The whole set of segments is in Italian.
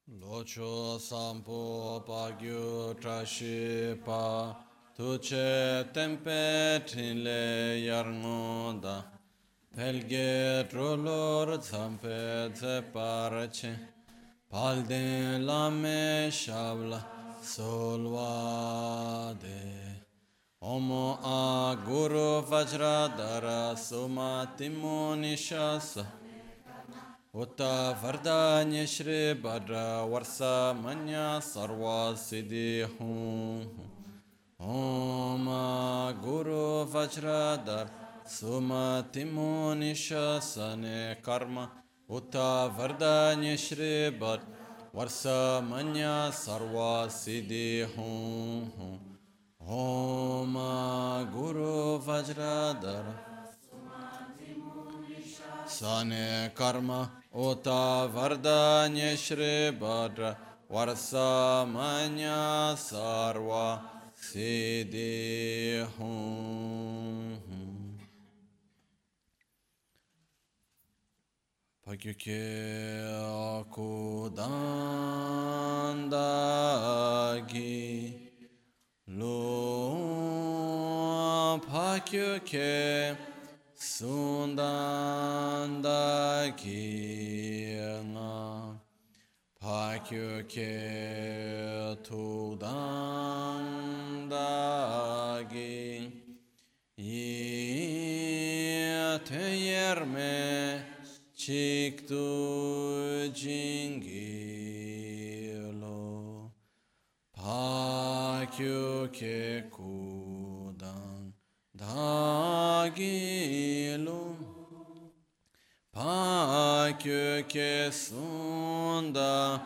Locho sampo pagyo trashi pa tuche tempe trinle yarngoda pelge trolor zampe ze parache palden lame shabla solvade Omo a guru vajradara suma timoni shasa Uta Vardanya Shri Bhadra Varsa Manya Sarva Siddhi Hum Om Guru Vajradar Suma Timoni Shasane Karma Uta Vardanya Shri Bhadra Varsa Manya Sarva Siddhi Hum Om Guru Vajradar Sane Karma Ota Vardanya Shri Bhadra Varsa Manya Sarva Siddhi Hum Pakyuke Akudandagi Lo Pakyuke Sundandagi Pakyuke Tudandagi Yeteyerme Chiktu Jingilo Pakyuke Kudan Dagilo Pakyuke Sunda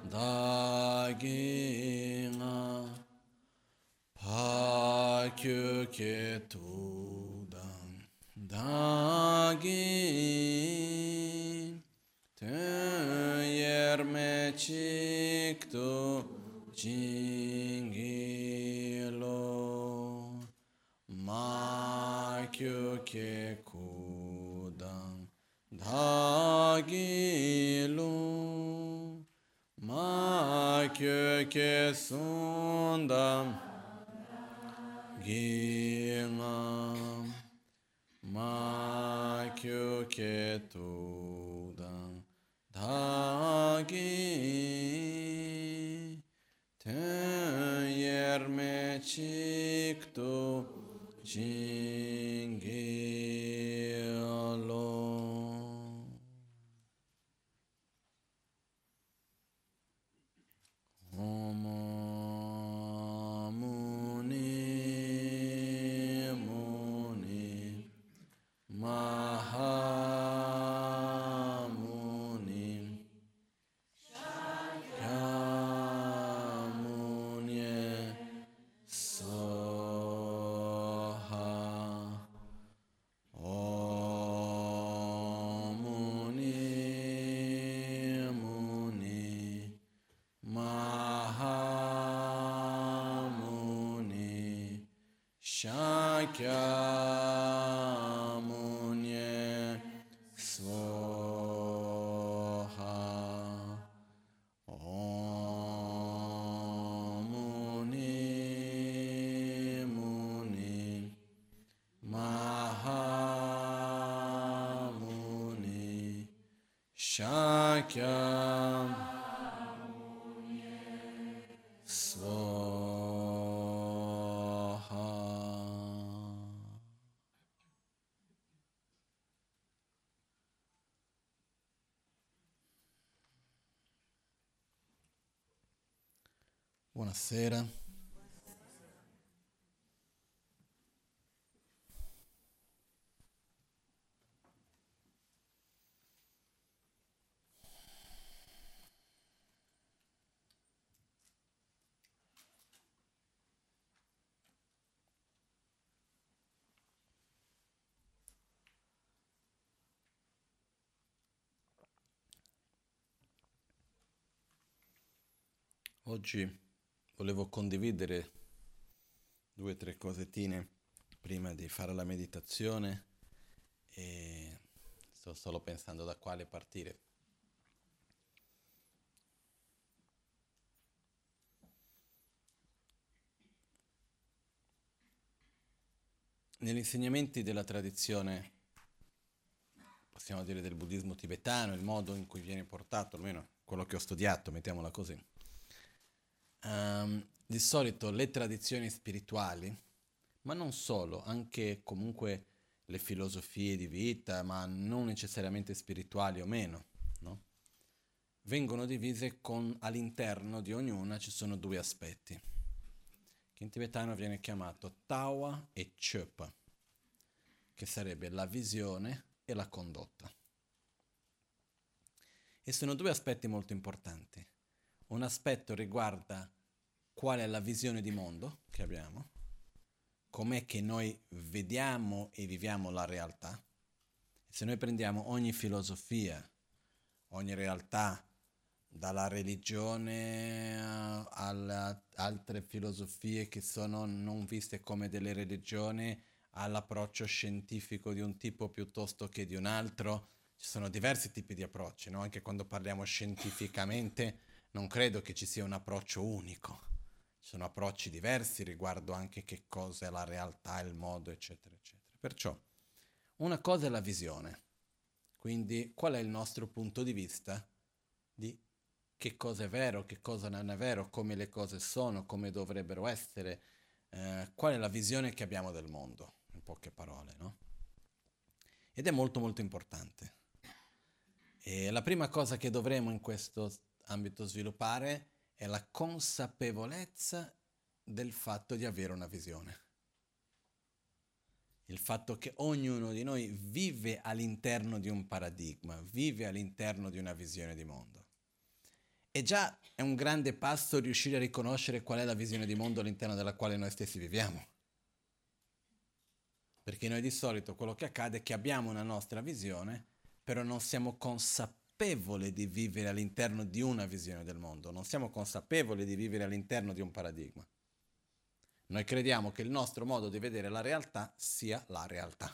Dagina Pakyuke Tudan Dagi Töyerme Chiktu Jingilo Makyuke Kudan Dagilo Makyuke Sundam Ginam Makyuke Tudam Dagi Töyerme Chiktu Jingilo Om Muni Muni Mahamuni Yamunye Soha Om Muni Muni Mahamuni Shakyamunye Svoha Om Muni Muni Mahamuni Shakyam Swaha. Buonasera. Oggi volevo condividere 2 o 3 cosettine prima di fare la meditazione e sto solo pensando da quale partire. negli insegnamenti della tradizione, possiamo dire del buddismo tibetano, il modo in cui viene portato, almeno quello che ho studiato, mettiamola così, di solito le tradizioni spirituali, ma non solo, anche comunque le filosofie di vita, ma non necessariamente spirituali o meno, no? Vengono divise con all'interno di ognuna ci sono due aspetti, che in tibetano viene chiamato Tawa e Chöpa, che sarebbe la visione e la condotta. E sono due aspetti molto importanti. Un aspetto riguarda qual è la visione di mondo che abbiamo, com'è che noi vediamo e viviamo la realtà. Se noi prendiamo ogni filosofia, ogni realtà, dalla religione alle altre filosofie che sono non viste come delle religioni, all'approccio scientifico di un tipo piuttosto che di un altro, ci sono diversi tipi di approcci, no? Anche quando parliamo scientificamente non credo che ci sia un approccio unico. Ci sono approcci diversi riguardo anche che cosa è la realtà, il modo, eccetera, eccetera. Perciò, una cosa è la visione. Quindi, qual è il nostro punto di vista di che cosa è vero, che cosa non è vero, come le cose sono, come dovrebbero essere, qual è la visione che abbiamo del mondo, in poche parole, no? Ed è molto molto importante. E la prima cosa che dovremo in questo ambito sviluppare è la consapevolezza del fatto di avere una visione. Il fatto che ognuno di noi vive all'interno di un paradigma, vive all'interno di una visione di mondo. E già è un grande passo riuscire a riconoscere qual è la visione di mondo all'interno della quale noi stessi viviamo. Perché noi di solito quello che accade è che abbiamo una nostra visione, però non siamo consapevoli di vivere all'interno di una visione del mondo, non siamo consapevoli di vivere all'interno di un paradigma. Noi crediamo che il nostro modo di vedere la realtà sia la realtà.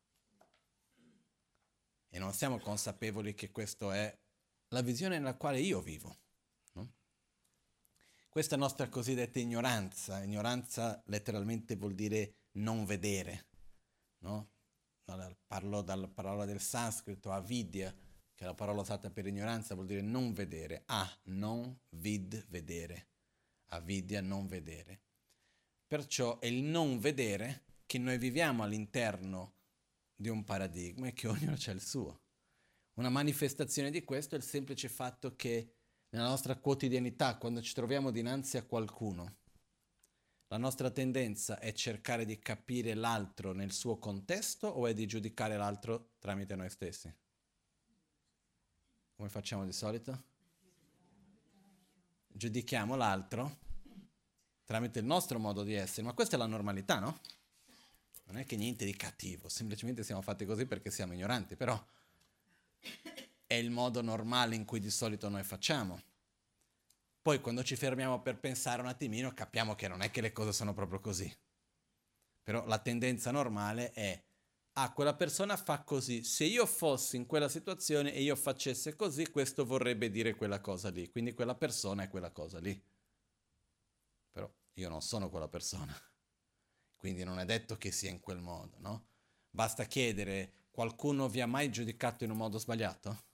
E non siamo consapevoli che questa è la visione nella quale io vivo. No? Questa nostra cosiddetta ignoranza letteralmente vuol dire non vedere. No? Parlo dalla parola del sanscrito, avidya, che è la parola usata per ignoranza, vuol dire non vedere. Non vid, vedere. Avidya, non vedere. Perciò è il non vedere che noi viviamo all'interno di un paradigma e che ognuno c'ha il suo. Una manifestazione di questo è il semplice fatto che nella nostra quotidianità, quando ci troviamo dinanzi a qualcuno, la nostra tendenza è cercare di capire l'altro nel suo contesto o è di giudicare l'altro tramite noi stessi? Come facciamo di solito? Giudichiamo l'altro tramite il nostro modo di essere, ma questa è la normalità, no? Non è che niente di cattivo, semplicemente siamo fatti così perché siamo ignoranti, però è il modo normale in cui di solito noi facciamo. Poi quando ci fermiamo per pensare un attimino capiamo che non è che le cose sono proprio così. Però la tendenza normale è, quella persona fa così, se io fossi in quella situazione e io facesse così, questo vorrebbe dire quella cosa lì, quindi quella persona è quella cosa lì. Però io non sono quella persona, quindi non è detto che sia in quel modo, no? Basta chiedere, qualcuno vi ha mai giudicato in un modo sbagliato?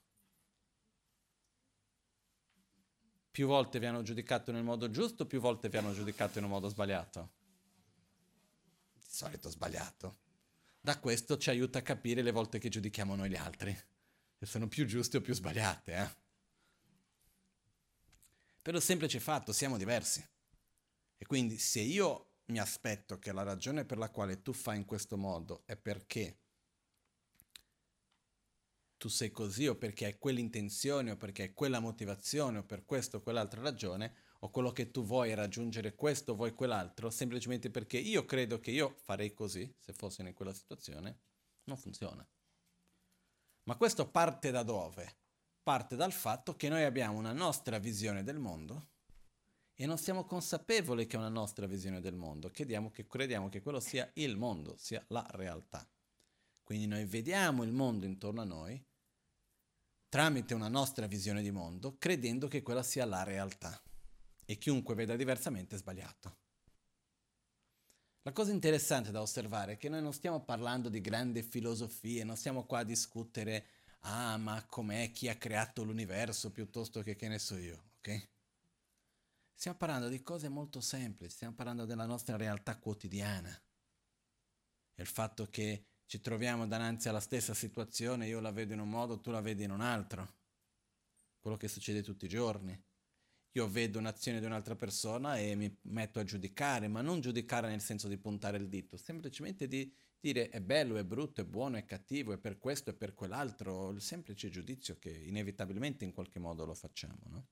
Più volte vi hanno giudicato nel modo giusto, più volte vi hanno giudicato in un modo sbagliato? Di solito sbagliato. Da questo ci aiuta a capire le volte che giudichiamo noi gli altri, se sono più giuste o più sbagliate. Per il semplice fatto, siamo diversi. E quindi se io mi aspetto che la ragione per la quale tu fai in questo modo è perché tu sei così o perché hai quell'intenzione o perché hai quella motivazione o per questo o quell'altra ragione o quello che tu vuoi è raggiungere questo o vuoi quell'altro semplicemente perché io credo che io farei così se fossi in quella situazione, non funziona. Ma questo parte da dove? Parte dal fatto che noi abbiamo una nostra visione del mondo e non siamo consapevoli che è una nostra visione del mondo, crediamo che quello sia il mondo, sia la realtà. Quindi noi vediamo il mondo intorno a noi tramite una nostra visione di mondo, credendo che quella sia la realtà. E chiunque veda diversamente è sbagliato. La cosa interessante da osservare è che noi non stiamo parlando di grandi filosofie, non stiamo qua a discutere, ah, ma com'è, chi ha creato l'universo, piuttosto che ne so io, ok? Stiamo parlando di cose molto semplici, stiamo parlando della nostra realtà quotidiana. E il fatto che ci troviamo davanti alla stessa situazione, io la vedo in un modo, tu la vedi in un altro. Quello che succede tutti i giorni. Io vedo un'azione di un'altra persona e mi metto a giudicare, ma non giudicare nel senso di puntare il dito, semplicemente di dire è bello, è brutto, è buono, è cattivo, è per questo, è per quell'altro, il semplice giudizio che inevitabilmente in qualche modo lo facciamo, no?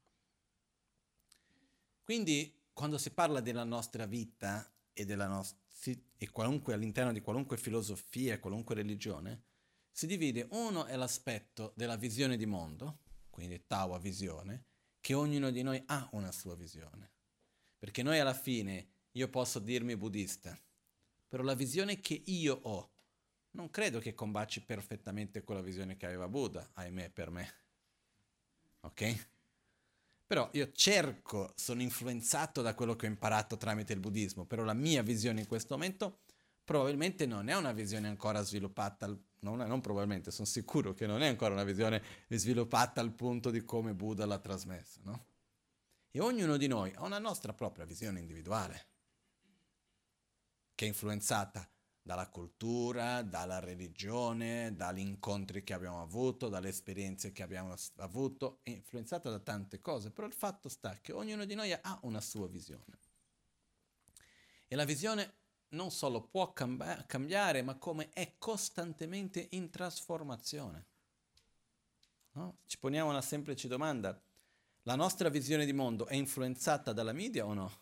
Quindi quando si parla della nostra vita e, all'interno di qualunque filosofia, qualunque religione, si divide uno è l'aspetto della visione di mondo, quindi Taoa visione, che ognuno di noi ha una sua visione. Perché noi alla fine, io posso dirmi buddista, però la visione che io ho, non credo che combaci perfettamente con la visione che aveva Buddha, ahimè per me. Ok? Però io cerco, sono influenzato da quello che ho imparato tramite il buddismo, però la mia visione in questo momento probabilmente non è una visione ancora sviluppata, non probabilmente, sono sicuro che non è ancora una visione sviluppata al punto di come Buddha l'ha trasmessa, no? E ognuno di noi ha una nostra propria visione individuale, che è influenzata dalla cultura, dalla religione, dagli incontri che abbiamo avuto, dalle esperienze che abbiamo avuto, è influenzata da tante cose, però il fatto sta che ognuno di noi ha una sua visione. E la visione non solo può cambiare, ma come è costantemente in trasformazione. No? Ci poniamo una semplice domanda. La nostra visione di mondo è influenzata dalla media o no?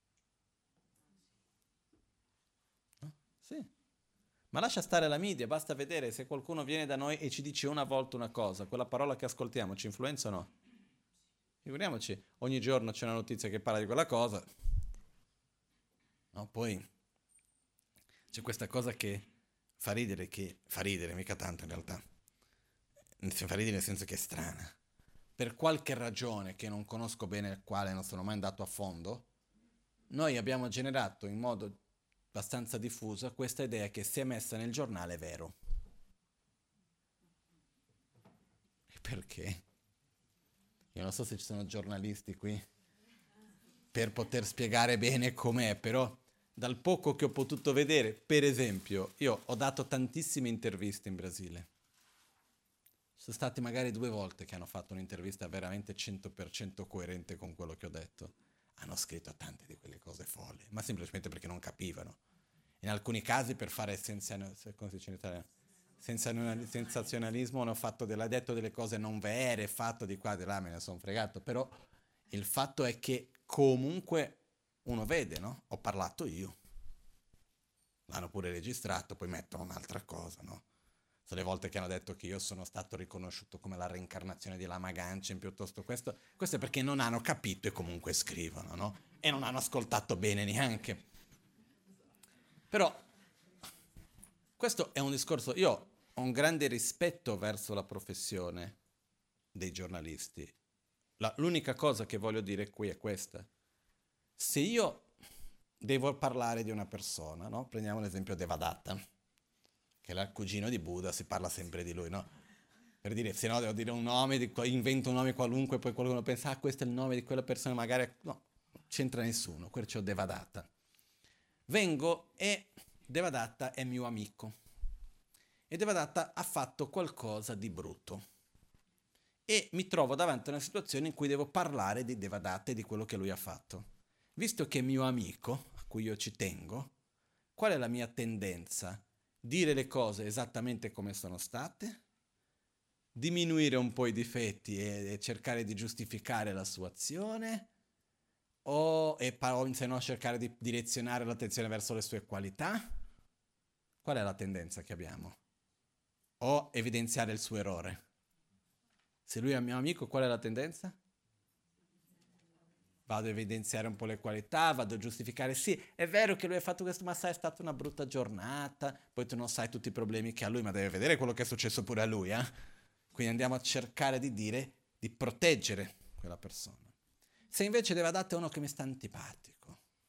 No? Sì. Ma lascia stare la media, basta vedere se qualcuno viene da noi e ci dice una volta una cosa, quella parola che ascoltiamo ci influenza o no? Figuriamoci, ogni giorno c'è una notizia che parla di quella cosa. No, poi c'è questa cosa che fa ridere, mica tanto in realtà. Fa ridere nel senso che è strana. Per qualche ragione che non conosco bene, il quale non sono mai andato a fondo, noi abbiamo generato in modo abbastanza diffuso questa idea che se è messa nel giornale è vero. E perché? Io non so se ci sono giornalisti qui per poter spiegare bene com'è, però dal poco che ho potuto vedere, per esempio, io ho dato tantissime interviste in Brasile. Sono stati magari 2 volte che hanno fatto un'intervista veramente 100% coerente con quello che ho detto. Hanno scritto tante di quelle cose folli, ma semplicemente perché non capivano. In alcuni casi per fare sensazionalismo hanno detto delle cose non vere, fatto di qua, di là, me ne sono fregato, però il fatto è che comunque uno vede, no? Ho parlato io, l'hanno pure registrato, poi mettono un'altra cosa, no? Sono le volte che hanno detto che io sono stato riconosciuto come la reincarnazione di Lama Ganchen, piuttosto questo è perché non hanno capito e comunque scrivono, no? E non hanno ascoltato bene neanche. Però questo è un discorso, io ho un grande rispetto verso la professione dei giornalisti. L'unica cosa che voglio dire qui è questa. Se io devo parlare di una persona, no? Prendiamo l'esempio Devadatta, che è il cugino di Buddha, si parla sempre di lui, no? Per dire, se no devo dire un nome, invento un nome qualunque, poi qualcuno pensa, ah, questo è il nome di quella persona, magari, no, non c'entra nessuno, qui c'ho Devadatta. Vengo e Devadatta è mio amico. E Devadatta ha fatto qualcosa di brutto. E mi trovo davanti a una situazione in cui devo parlare di Devadatta e di quello che lui ha fatto. Visto che è mio amico, a cui io ci tengo, qual è la mia tendenza? Dire le cose esattamente come sono state, diminuire un po' i difetti e cercare di giustificare la sua azione, o se no cercare di direzionare l'attenzione verso le sue qualità? Qual è la tendenza che abbiamo? O evidenziare il suo errore? Se lui è mio amico, qual è la tendenza? Vado a evidenziare un po' le qualità, vado a giustificare, sì, è vero che lui ha fatto questo, ma sai, è stata una brutta giornata, poi tu non sai tutti i problemi che ha lui, ma devi vedere quello che è successo pure a lui, eh? Quindi andiamo a cercare di dire, di proteggere quella persona. Se invece Devadatta è uno che mi sta antipatico,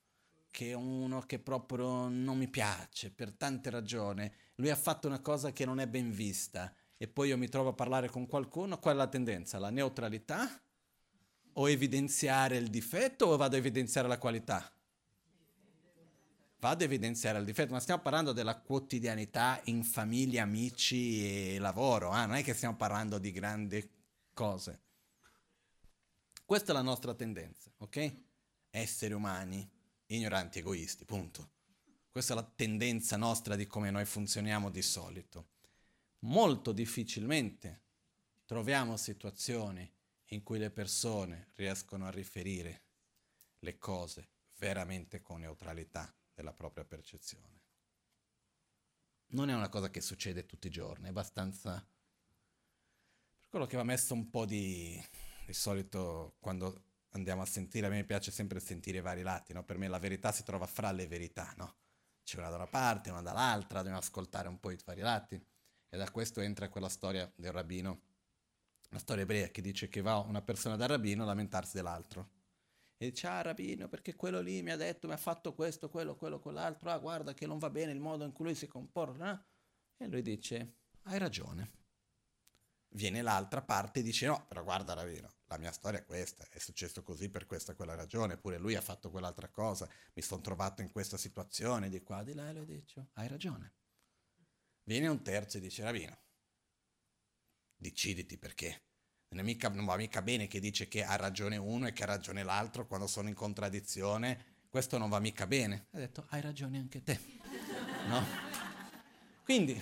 che è uno che proprio non mi piace per tante ragioni, lui ha fatto una cosa che non è ben vista e poi io mi trovo a parlare con qualcuno, qual è la tendenza? La neutralità o evidenziare il difetto o vado a evidenziare la qualità? Vado a evidenziare il difetto, ma stiamo parlando della quotidianità in famiglia, amici e lavoro, non è che stiamo parlando di grandi cose. Questa è la nostra tendenza, ok? Esseri umani, ignoranti, egoisti, punto. Questa è la tendenza nostra di come noi funzioniamo di solito. Molto difficilmente troviamo situazioni in cui le persone riescono a riferire le cose veramente con neutralità della propria percezione. Non è una cosa che succede tutti i giorni, è abbastanza... Per quello che va messo un po' di solito quando andiamo a sentire, a me piace sempre sentire i vari lati, no? Per me la verità si trova fra le verità, no? C'è una da una parte, una dall'altra, dobbiamo ascoltare un po' i vari lati. E da questo entra quella storia del rabbino, la storia ebrea che dice che va una persona dal rabbino a lamentarsi dell'altro. E dice, rabbino, perché quello lì mi ha detto, mi ha fatto questo, quello, quell'altro, guarda che non va bene il modo in cui lui si comporta. E lui dice, hai ragione. Viene l'altra parte e dice, no, però guarda rabbino, la mia storia è questa, è successo così per questa e quella ragione, pure lui ha fatto quell'altra cosa, mi sono trovato in questa situazione, di qua, di là, e lui dice, hai ragione. Viene un terzo e dice, rabbino, deciditi perché. Non va mica bene che dice che ha ragione uno e che ha ragione l'altro quando sono in contraddizione. Questo non va mica bene. Ha detto, hai ragione anche te. No? Quindi,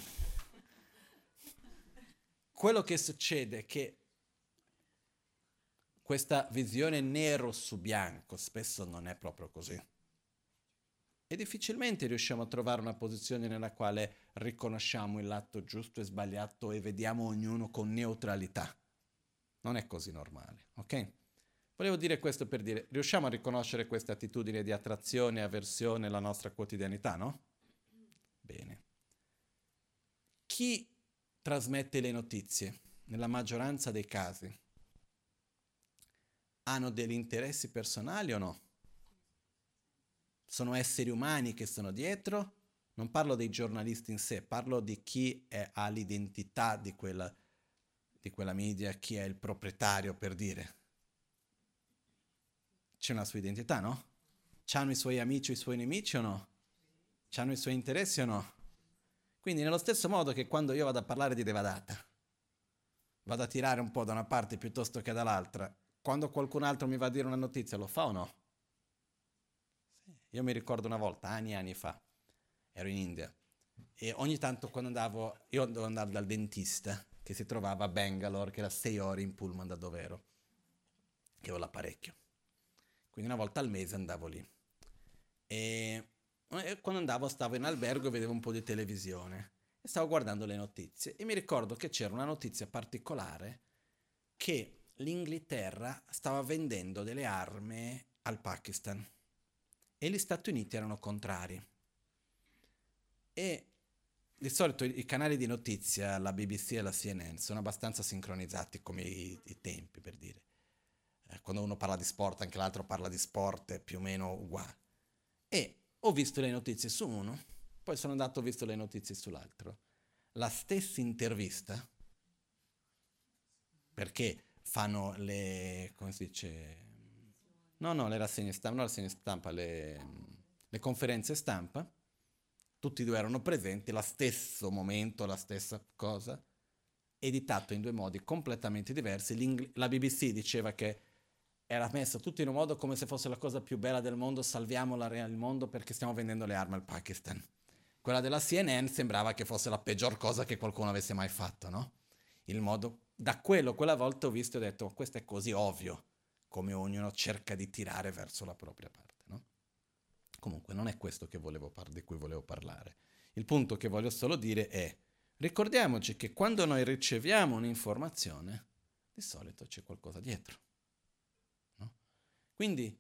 quello che succede è che questa visione nero su bianco spesso non è proprio così. E difficilmente riusciamo a trovare una posizione nella quale riconosciamo il lato giusto e sbagliato e vediamo ognuno con neutralità. Non è così normale, ok? Volevo dire questo per dire, riusciamo a riconoscere queste attitudini di attrazione e avversione nella nostra quotidianità, no? Bene. Chi trasmette le notizie, nella maggioranza dei casi, hanno degli interessi personali o no? Sono esseri umani che sono dietro? Non parlo dei giornalisti in sé, parlo di chi ha l'identità di quella media, chi è il proprietario, per dire. C'è una sua identità, no? C'hanno i suoi amici o i suoi nemici o no? C'hanno i suoi interessi o no? Quindi nello stesso modo che quando io vado a parlare di Devadatta, vado a tirare un po' da una parte piuttosto che dall'altra, quando qualcun altro mi va a dire una notizia, lo fa o no? Sì. Io mi ricordo una volta, anni e anni fa, ero in India, e ogni tanto quando io dovevo andare dal dentista, che si trovava a Bangalore, che era 6 ore in pullman da dove ero, che avevo l'apparecchio. Quindi una volta al mese andavo lì. E quando andavo stavo in albergo e vedevo un po' di televisione e stavo guardando le notizie e mi ricordo che c'era una notizia particolare che l'Inghilterra stava vendendo delle armi al Pakistan e gli Stati Uniti erano contrari. E di solito i canali di notizia, la BBC e la CNN, sono abbastanza sincronizzati come i tempi, per dire. Quando uno parla di sport, anche l'altro parla di sport, è più o meno uguale. E ho visto le notizie su uno, poi sono andato e ho visto le notizie sull'altro. La stessa intervista, perché fanno le, come si dice, no, le rassegne stampa, no, le rassegne stampa, le conferenze stampa, tutti e due erano presenti, lo stesso momento, la stessa cosa, editato in due modi completamente diversi. La BBC diceva che era messo tutto in un modo come se fosse la cosa più bella del mondo, salviamo il mondo perché stiamo vendendo le armi al Pakistan. Quella della CNN sembrava che fosse la peggior cosa che qualcuno avesse mai fatto, no? Il modo, da quella volta ho visto e ho detto, questo è così ovvio, come ognuno cerca di tirare verso la propria parte, no? Comunque non è questo che di cui volevo parlare. Il punto che voglio solo dire è, ricordiamoci che quando noi riceviamo un'informazione, di solito c'è qualcosa dietro. Quindi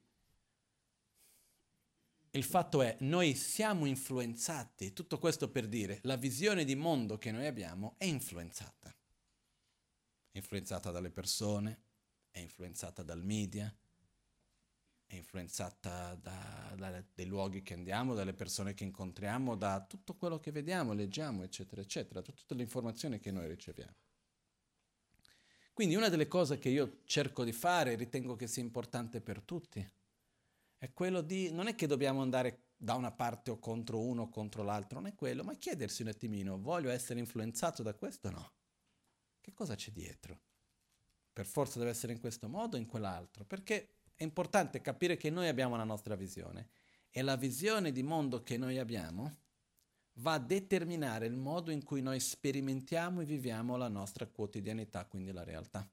il fatto è, noi siamo influenzati, tutto questo per dire, la visione di mondo che noi abbiamo è influenzata. È influenzata dalle persone, è influenzata dal media, è influenzata dai luoghi che andiamo, dalle persone che incontriamo, da tutto quello che vediamo, leggiamo, eccetera, eccetera, da tutte le informazioni che noi riceviamo. Quindi una delle cose che io cerco di fare, ritengo che sia importante per tutti, è quello di, non è che dobbiamo andare da una parte o contro uno o contro l'altro, non è quello, ma chiedersi un attimino, voglio essere influenzato da questo o no? Che cosa c'è dietro? Per forza deve essere in questo modo o in quell'altro? Perché è importante capire che noi abbiamo la nostra visione e la visione di mondo che noi abbiamo va a determinare il modo in cui noi sperimentiamo e viviamo la nostra quotidianità, quindi la realtà.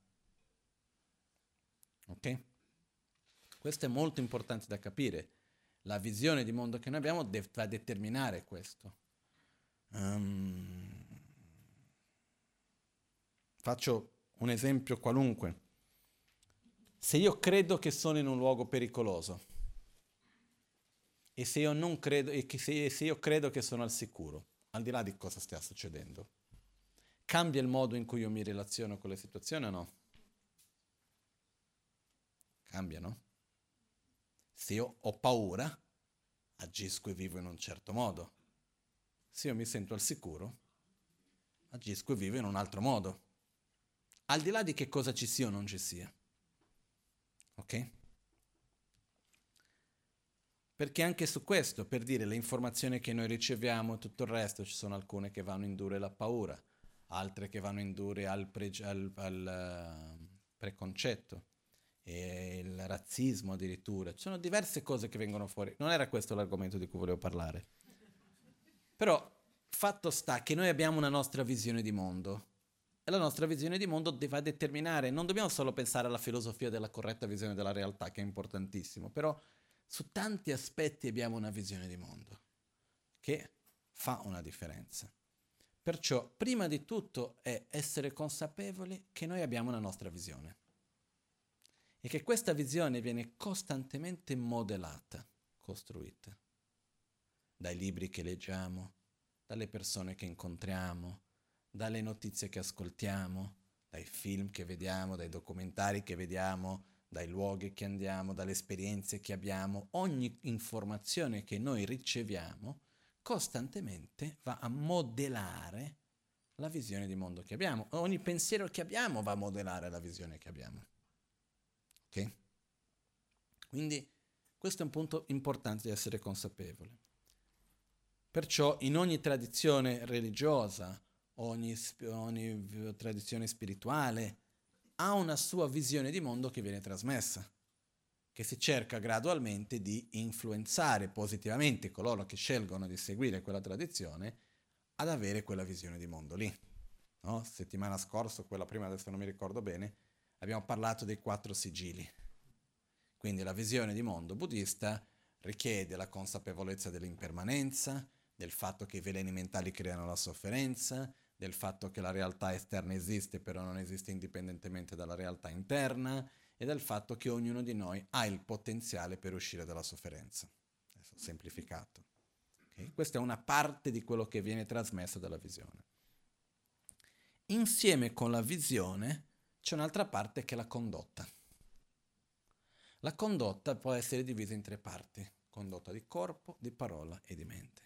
Ok? Questo è molto importante da capire. La visione di mondo che noi abbiamo va a determinare questo. Faccio un esempio qualunque. Se io credo che sono in un luogo pericoloso e se io non credo, e che se io credo che sono al sicuro, al di là di cosa stia succedendo, cambia il modo in cui io mi relaziono con le situazioni o no? Cambia, no? Se io ho paura, agisco e vivo in un certo modo. Se io mi sento al sicuro, agisco e vivo in un altro modo. Al di là di che cosa ci sia o non ci sia. Ok? Perché anche su questo, per dire le informazioni che noi riceviamo e tutto il resto, ci sono alcune che vanno a indurre la paura, altre che vanno a indurre al preconcetto, e il razzismo addirittura. Ci sono diverse cose che vengono fuori. Non era questo l'argomento di cui volevo parlare. Però fatto sta che noi abbiamo una nostra visione di mondo e la nostra visione di mondo va a determinare, non dobbiamo solo pensare alla filosofia della corretta visione della realtà, che è importantissimo, però su tanti aspetti abbiamo una visione di mondo che fa una differenza. Perciò, prima di tutto, è essere consapevoli che noi abbiamo una nostra visione e che questa visione viene costantemente modellata, costruita, dai libri che leggiamo, dalle persone che incontriamo, dalle notizie che ascoltiamo, dai film che vediamo, dai documentari che vediamo, dai luoghi che andiamo, dalle esperienze che abbiamo. Ogni informazione che noi riceviamo costantemente va a modellare la visione di mondo che abbiamo. Ogni pensiero che abbiamo va a modellare la visione che abbiamo. Ok? Quindi questo è un punto importante di essere consapevole. Perciò in ogni tradizione religiosa, ogni tradizione spirituale ha una sua visione di mondo che viene trasmessa, che si cerca gradualmente di influenzare positivamente coloro che scelgono di seguire quella tradizione ad avere quella visione di mondo lì. No? Settimana scorsa, quella prima, adesso non mi ricordo bene, abbiamo parlato dei 4 sigilli. Quindi la visione di mondo buddista richiede la consapevolezza dell'impermanenza, del fatto che i veleni mentali creano la sofferenza, del fatto che la realtà esterna esiste però non esiste indipendentemente dalla realtà interna e del fatto che ognuno di noi ha il potenziale per uscire dalla sofferenza. Adesso semplificato. Okay? Questa è una parte di quello che viene trasmesso dalla visione. Insieme con la visione c'è un'altra parte che è la condotta. La condotta può essere divisa in 3 parti: condotta di corpo, di parola e di mente.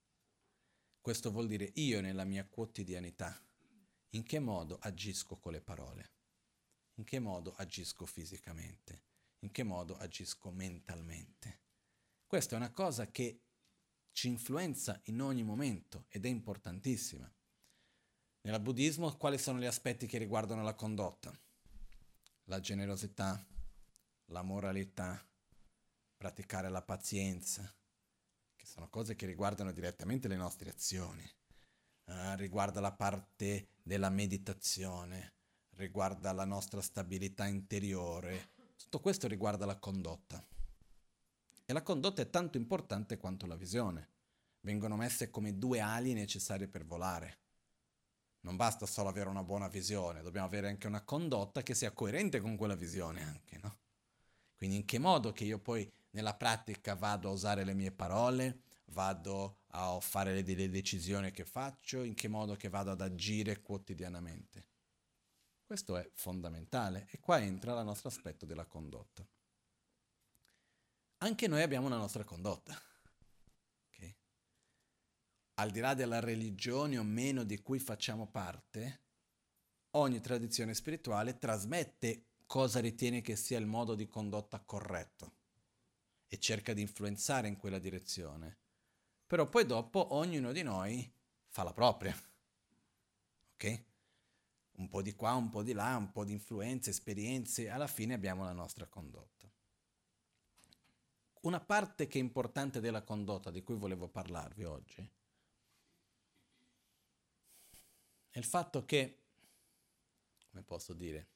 Questo vuol dire io nella mia quotidianità, in che modo agisco con le parole, in che modo agisco fisicamente, in che modo agisco mentalmente. Questa è una cosa che ci influenza in ogni momento ed è importantissima. Nel buddismo quali sono gli aspetti che riguardano la condotta? La generosità, la moralità, praticare la pazienza, che sono cose che riguardano direttamente le nostre azioni, riguarda la parte della meditazione, riguarda la nostra stabilità interiore, tutto questo riguarda la condotta. E la condotta è tanto importante quanto la visione. Vengono messe come 2 ali necessarie per volare. Non basta solo avere una buona visione, dobbiamo avere anche una condotta che sia coerente con quella visione anche, no? Quindi in che modo che io poi nella pratica vado a usare le mie parole, vado a fare le decisioni che faccio, in che modo che vado ad agire quotidianamente. Questo è fondamentale e qua entra il nostro aspetto della condotta. anche noi abbiamo una nostra condotta. Okay? Al di là della religione o meno di cui facciamo parte, ogni tradizione spirituale trasmette cosa ritiene che sia il modo di condotta corretto e cerca di influenzare in quella direzione. Però poi dopo ognuno di noi fa la propria. Ok? Un po' di qua, un po' di là, un po' di influenze, esperienze, alla fine abbiamo la nostra condotta. Una parte che è importante della condotta di cui volevo parlarvi oggi è il fatto che, come posso dire,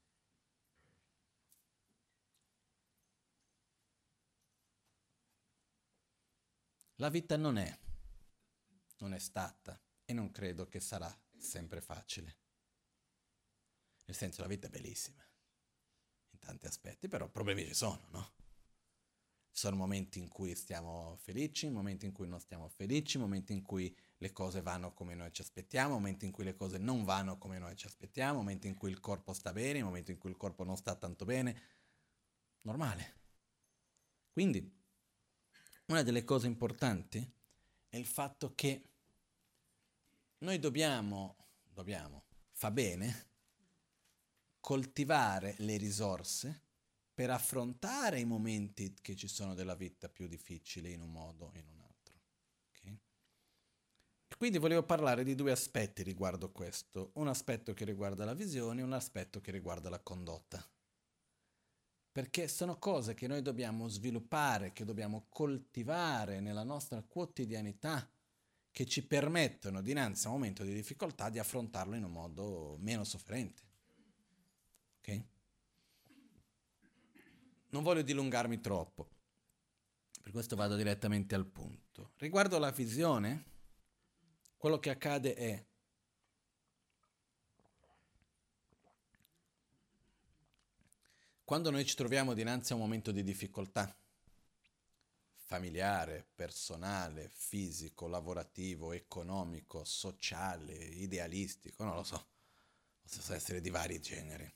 la vita non è stata e non credo che sarà sempre facile. Nel senso, la vita è bellissima, in tanti aspetti, però problemi ci sono, no? Ci sono momenti in cui stiamo felici, momenti in cui non stiamo felici, momenti in cui le cose vanno come noi ci aspettiamo, momenti in cui le cose non vanno come noi ci aspettiamo, momenti in cui il corpo sta bene, momenti in cui il corpo non sta tanto bene. Normale. Quindi, una delle cose importanti è il fatto che noi fa bene, coltivare le risorse per affrontare i momenti che ci sono della vita più difficili in un modo o in un altro. Okay? E quindi volevo parlare di due aspetti riguardo questo, un aspetto che riguarda la visione e un aspetto che riguarda la condotta. Perché sono cose che noi dobbiamo sviluppare, che dobbiamo coltivare nella nostra quotidianità, che ci permettono dinanzi a un momento di difficoltà di affrontarlo in un modo meno sofferente. Ok? Non voglio dilungarmi troppo, per questo vado direttamente al punto. Riguardo la visione, quello che accade è quando noi ci troviamo dinanzi a un momento di difficoltà familiare, personale, fisico, lavorativo, economico, sociale, idealistico, non lo so, possono essere di vari generi.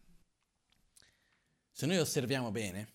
Se noi osserviamo bene,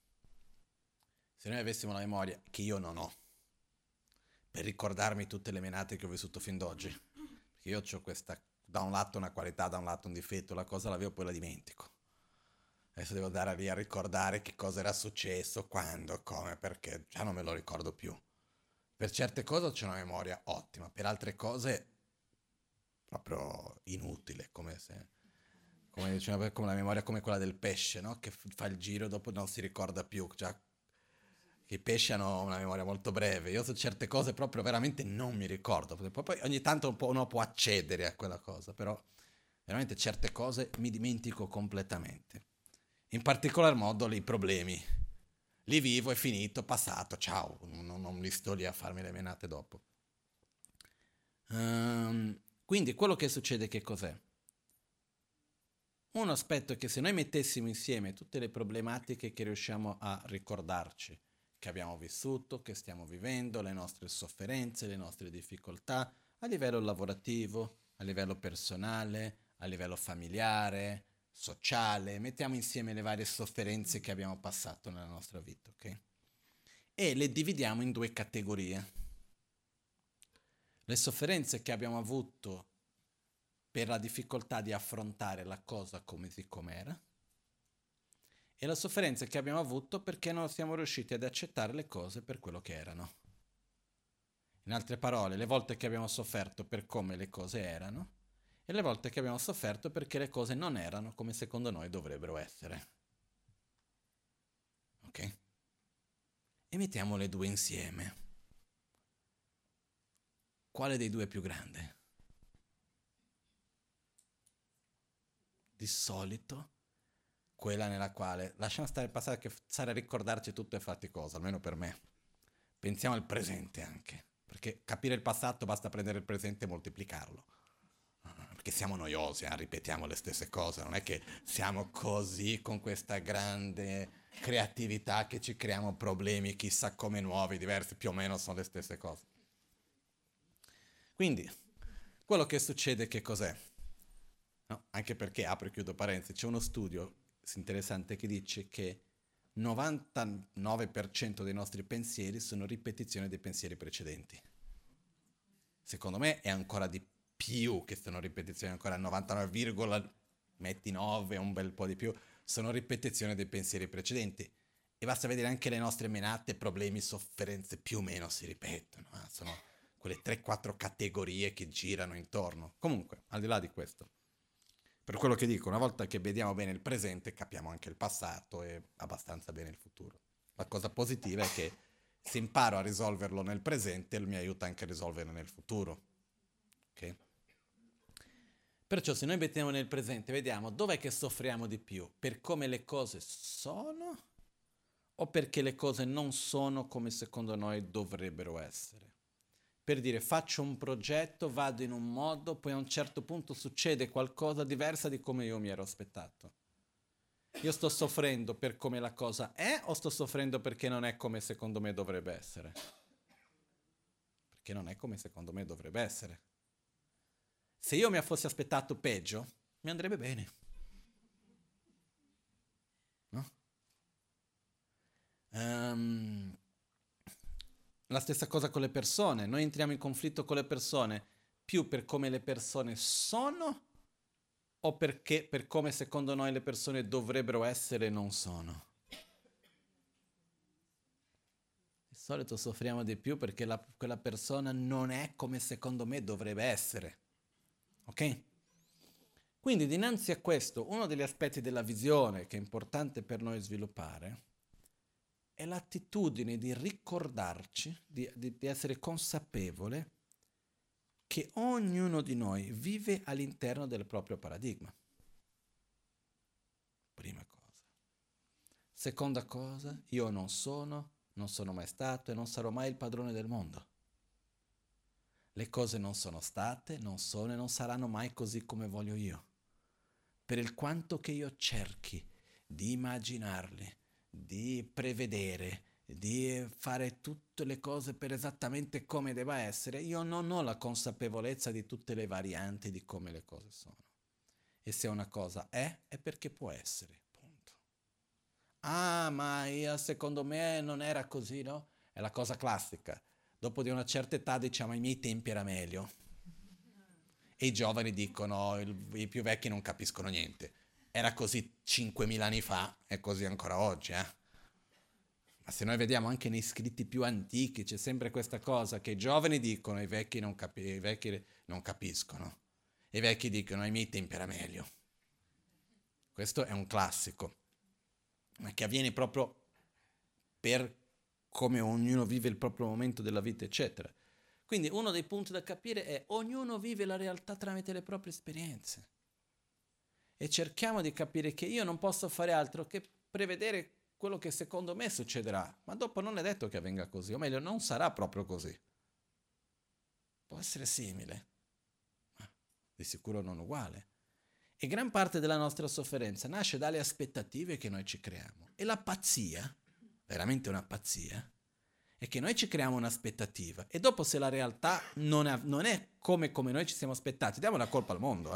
se noi avessimo la memoria, che io non ho, per ricordarmi tutte le menate che ho vissuto fin d'oggi, perché io ho questa, da un lato una qualità, da un lato un difetto, la cosa l'avevo poi la dimentico. Adesso devo andare lì a ricordare che cosa era successo, quando, come, perché già non me lo ricordo più. Per certe cose c'è una memoria ottima, per altre cose proprio inutile, come diceva, come la memoria come quella del pesce, no? Che fa il giro e dopo non si ricorda più. Già, i pesci hanno una memoria molto breve. Io su certe cose proprio veramente non mi ricordo. Poi ogni tanto uno può accedere a quella cosa, però veramente certe cose mi dimentico completamente. In particolar modo i problemi. Li vivo, è finito, passato, ciao, non li sto lì a farmi le menate dopo. Quindi quello che succede che cos'è? Un aspetto è che se noi mettessimo insieme tutte le problematiche che riusciamo a ricordarci, che abbiamo vissuto, che stiamo vivendo, le nostre sofferenze, le nostre difficoltà, a livello lavorativo, a livello personale, a livello familiare, sociale, mettiamo insieme le varie sofferenze che abbiamo passato nella nostra vita, ok? E le dividiamo in due categorie. Le sofferenze che abbiamo avuto per la difficoltà di affrontare la cosa come com'era e la sofferenza che abbiamo avuto perché non siamo riusciti ad accettare le cose per quello che erano. In altre parole, le volte che abbiamo sofferto per come le cose erano e le volte che abbiamo sofferto perché le cose non erano come secondo noi dovrebbero essere. Ok? E mettiamo le due insieme. Quale dei due è più grande? Di solito quella nella quale lasciamo stare passare che stare a ricordarci tutto è faticoso, almeno per me. Pensiamo al presente anche, perché capire il passato basta prendere il presente e moltiplicarlo. Perché siamo noiosi, ripetiamo le stesse cose, non è che siamo così con questa grande creatività che ci creiamo problemi chissà come nuovi, diversi, più o meno sono le stesse cose. Quindi, quello che succede che cos'è? No? Anche perché, apro e chiudo parentesi, c'è uno studio interessante che dice che 99% dei nostri pensieri sono ripetizioni dei pensieri precedenti. Secondo me è ancora di più che sono ripetizioni, ancora 99, metti 9, un bel po' di più, sono ripetizioni dei pensieri precedenti. E basta vedere anche le nostre menate, problemi, sofferenze, più o meno si ripetono. Sono quelle 3-4 categorie che girano intorno. Comunque, al di là di questo, per quello che dico, una volta che vediamo bene il presente, capiamo anche il passato e abbastanza bene il futuro. La cosa positiva è che se imparo a risolverlo nel presente, mi aiuta anche a risolverlo nel futuro. Ok? Perciò se noi mettiamo nel presente, vediamo dov'è che soffriamo di più, per come le cose sono o perché le cose non sono come secondo noi dovrebbero essere. Per dire, faccio un progetto, vado in un modo, poi a un certo punto succede qualcosa diversa di come io mi ero aspettato. Io sto soffrendo per come la cosa è o sto soffrendo perché non è come secondo me dovrebbe essere? Perché non è come secondo me dovrebbe essere. Se io mi fossi aspettato peggio, mi andrebbe bene. No? La stessa cosa con le persone. Noi entriamo in conflitto con le persone più per come le persone sono o perché per come secondo noi le persone dovrebbero essere e non sono. Di solito soffriamo di più perché quella persona non è come secondo me dovrebbe essere. Ok? Quindi dinanzi a questo, uno degli aspetti della visione che è importante per noi sviluppare è l'attitudine di ricordarci, di essere consapevole che ognuno di noi vive all'interno del proprio paradigma. Prima cosa. Seconda cosa, io non sono mai stato e non sarò mai il padrone del mondo. Le cose non sono state, non sono e non saranno mai così come voglio io. Per il quanto che io cerchi di immaginarle, di prevedere, di fare tutte le cose per esattamente come debba essere, io non ho la consapevolezza di tutte le varianti di come le cose sono. E se una cosa è perché può essere, punto. Ah, ma io, secondo me non era così, no? È la cosa classica. Dopo di una certa età diciamo ai miei tempi era meglio. E i giovani dicono, i più vecchi non capiscono niente. Era così 5.000 anni fa, è così ancora oggi, eh? Ma se noi vediamo anche nei scritti più antichi, c'è sempre questa cosa che i giovani dicono, i vecchi non capiscono. E i vecchi dicono, ai miei tempi era meglio. Questo è un classico, ma che avviene proprio per come ognuno vive il proprio momento della vita, eccetera. Quindi uno dei punti da capire è ognuno vive la realtà tramite le proprie esperienze. E cerchiamo di capire che io non posso fare altro che prevedere quello che secondo me succederà, ma dopo non è detto che avvenga così, o meglio, non sarà proprio così. Può essere simile, ma di sicuro non uguale. E gran parte della nostra sofferenza nasce dalle aspettative che noi ci creiamo. E la pazzia, veramente una pazzia, è che noi ci creiamo un'aspettativa e dopo se la realtà non è come noi ci siamo aspettati, diamo la colpa al mondo,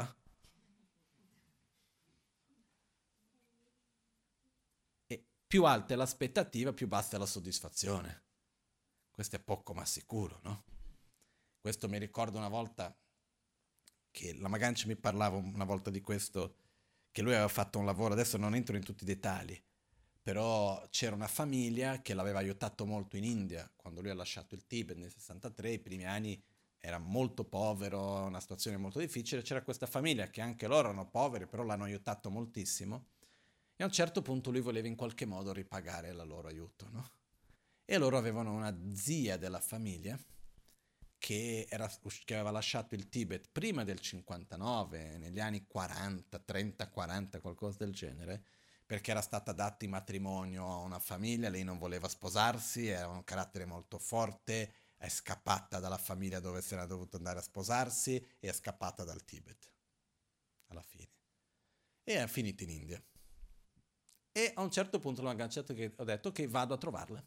E più alta è l'aspettativa, più bassa è la soddisfazione. Questo è poco ma sicuro, no? Questo mi ricordo una volta che la Magancia mi parlava una volta di questo, che lui aveva fatto un lavoro, adesso non entro in tutti i dettagli, però c'era una famiglia che l'aveva aiutato molto in India, quando lui ha lasciato il Tibet nel 63, i primi anni era molto povero, una situazione molto difficile, c'era questa famiglia che anche loro erano poveri, però l'hanno aiutato moltissimo, e a un certo punto lui voleva in qualche modo ripagare il loro aiuto, no? E loro avevano una zia della famiglia che aveva lasciato il Tibet prima del 59, negli anni 40, 30, 40, qualcosa del genere, perché era stata data in matrimonio a una famiglia, lei non voleva sposarsi, era un carattere molto forte, è scappata dalla famiglia dove si era dovuto andare a sposarsi e è scappata dal Tibet, alla fine. E è finita in India. E a un certo punto l'ho agganciato che ho detto che vado a trovarla.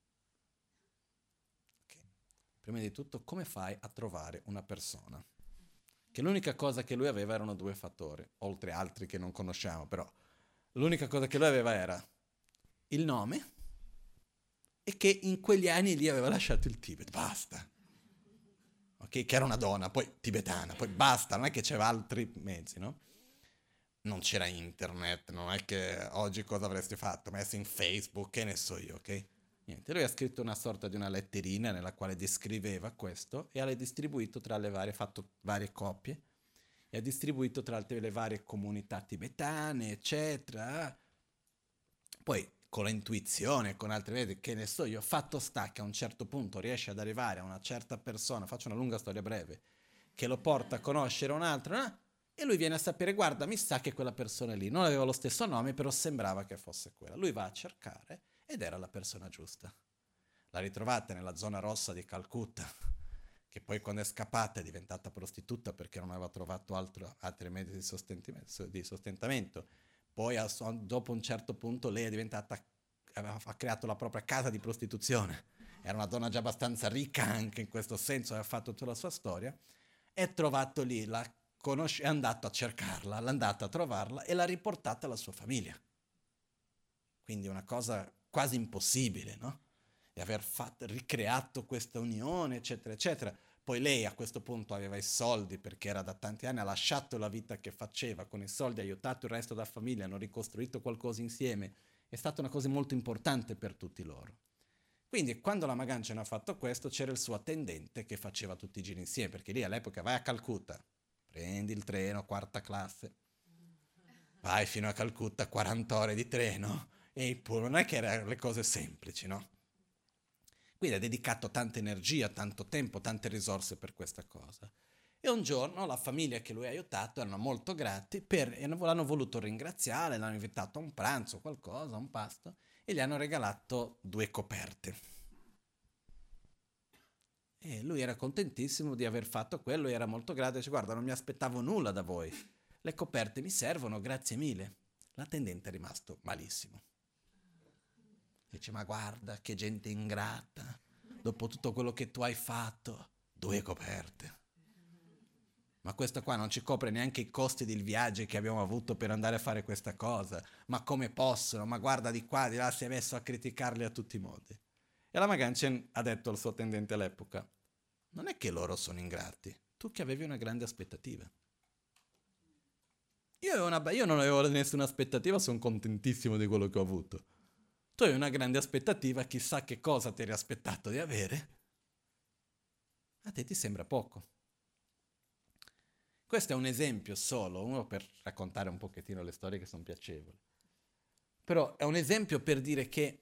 Prima di tutto, come fai a trovare una persona? Che l'unica cosa che lui aveva erano due fattori, oltre altri che non conosciamo, però l'unica cosa che lui aveva era il nome e che in quegli anni lì aveva lasciato il Tibet, basta. Okay? Che era una donna, poi tibetana, poi basta, non è che c'era altri mezzi, no? Non c'era internet, non è che oggi cosa avresti fatto? Messo in Facebook, che ne so io, ok? Niente, lui ha scritto una sorta di una letterina nella quale descriveva questo e l'ha distribuito tra le varie, ha fatto varie copie e ha distribuito tra le varie comunità tibetane, eccetera. Poi con l'intuizione, con altre, vedi, che ne so io, fatto sta che a un certo punto riesce ad arrivare a una certa persona, faccio una lunga storia breve, che lo porta a conoscere un'altra, e lui viene a sapere, guarda, mi sa che quella persona lì non aveva lo stesso nome, però sembrava che fosse quella. Lui va a cercare ed era la persona giusta. La ritrovate nella zona rossa di Calcutta, che poi quando è scappata è diventata prostituta perché non aveva trovato altri mezzi di sostentamento. Poi dopo un certo punto lei è diventata, ha creato la propria casa di prostituzione. Era una donna già abbastanza ricca anche in questo senso, aveva fatto tutta la sua storia. È trovato lì, è andato a cercarla, l'è andato a trovarla e l'ha riportata alla sua famiglia. Quindi una cosa quasi impossibile, no? Di aver ricreato questa unione, eccetera, eccetera. Poi lei a questo punto aveva i soldi perché era da tanti anni, ha lasciato la vita che faceva, con i soldi ha aiutato il resto della famiglia, hanno ricostruito qualcosa insieme. È stata una cosa molto importante per tutti loro. Quindi quando la Magancia ha fatto questo c'era il suo attendente che faceva tutti i giri insieme, perché lì all'epoca vai a Calcutta, prendi il treno, quarta classe, vai fino a Calcutta, 40 ore di treno, e poi non è che erano le cose semplici, no? Quindi ha dedicato tanta energia, tanto tempo, tante risorse per questa cosa. E un giorno la famiglia che lui ha aiutato erano molto grati e l'hanno voluto ringraziare, l'hanno invitato a un pranzo, qualcosa, un pasto, e gli hanno regalato 2 coperte. E lui era contentissimo di aver fatto quello e era molto grato, dice guarda non mi aspettavo nulla da voi, le coperte mi servono, grazie mille. L'attendente è rimasto malissimo. Dice ma guarda che gente ingrata, dopo tutto quello che tu hai fatto, 2 coperte. Ma questo qua non ci copre neanche i costi del viaggio che abbiamo avuto per andare a fare questa cosa. Ma come possono? Ma guarda di qua, di là, si è messo a criticarli a tutti i modi. E la Maganchen ha detto al suo attendente all'epoca, non è che loro sono ingrati, tu che avevi una grande aspettativa. Io non avevo nessuna aspettativa, sono contentissimo di quello che ho avuto. Tu hai una grande aspettativa, chissà che cosa ti eri aspettato di avere. A te ti sembra poco. Questo è un esempio solo, uno per raccontare un pochettino le storie che sono piacevoli. Però è un esempio per dire che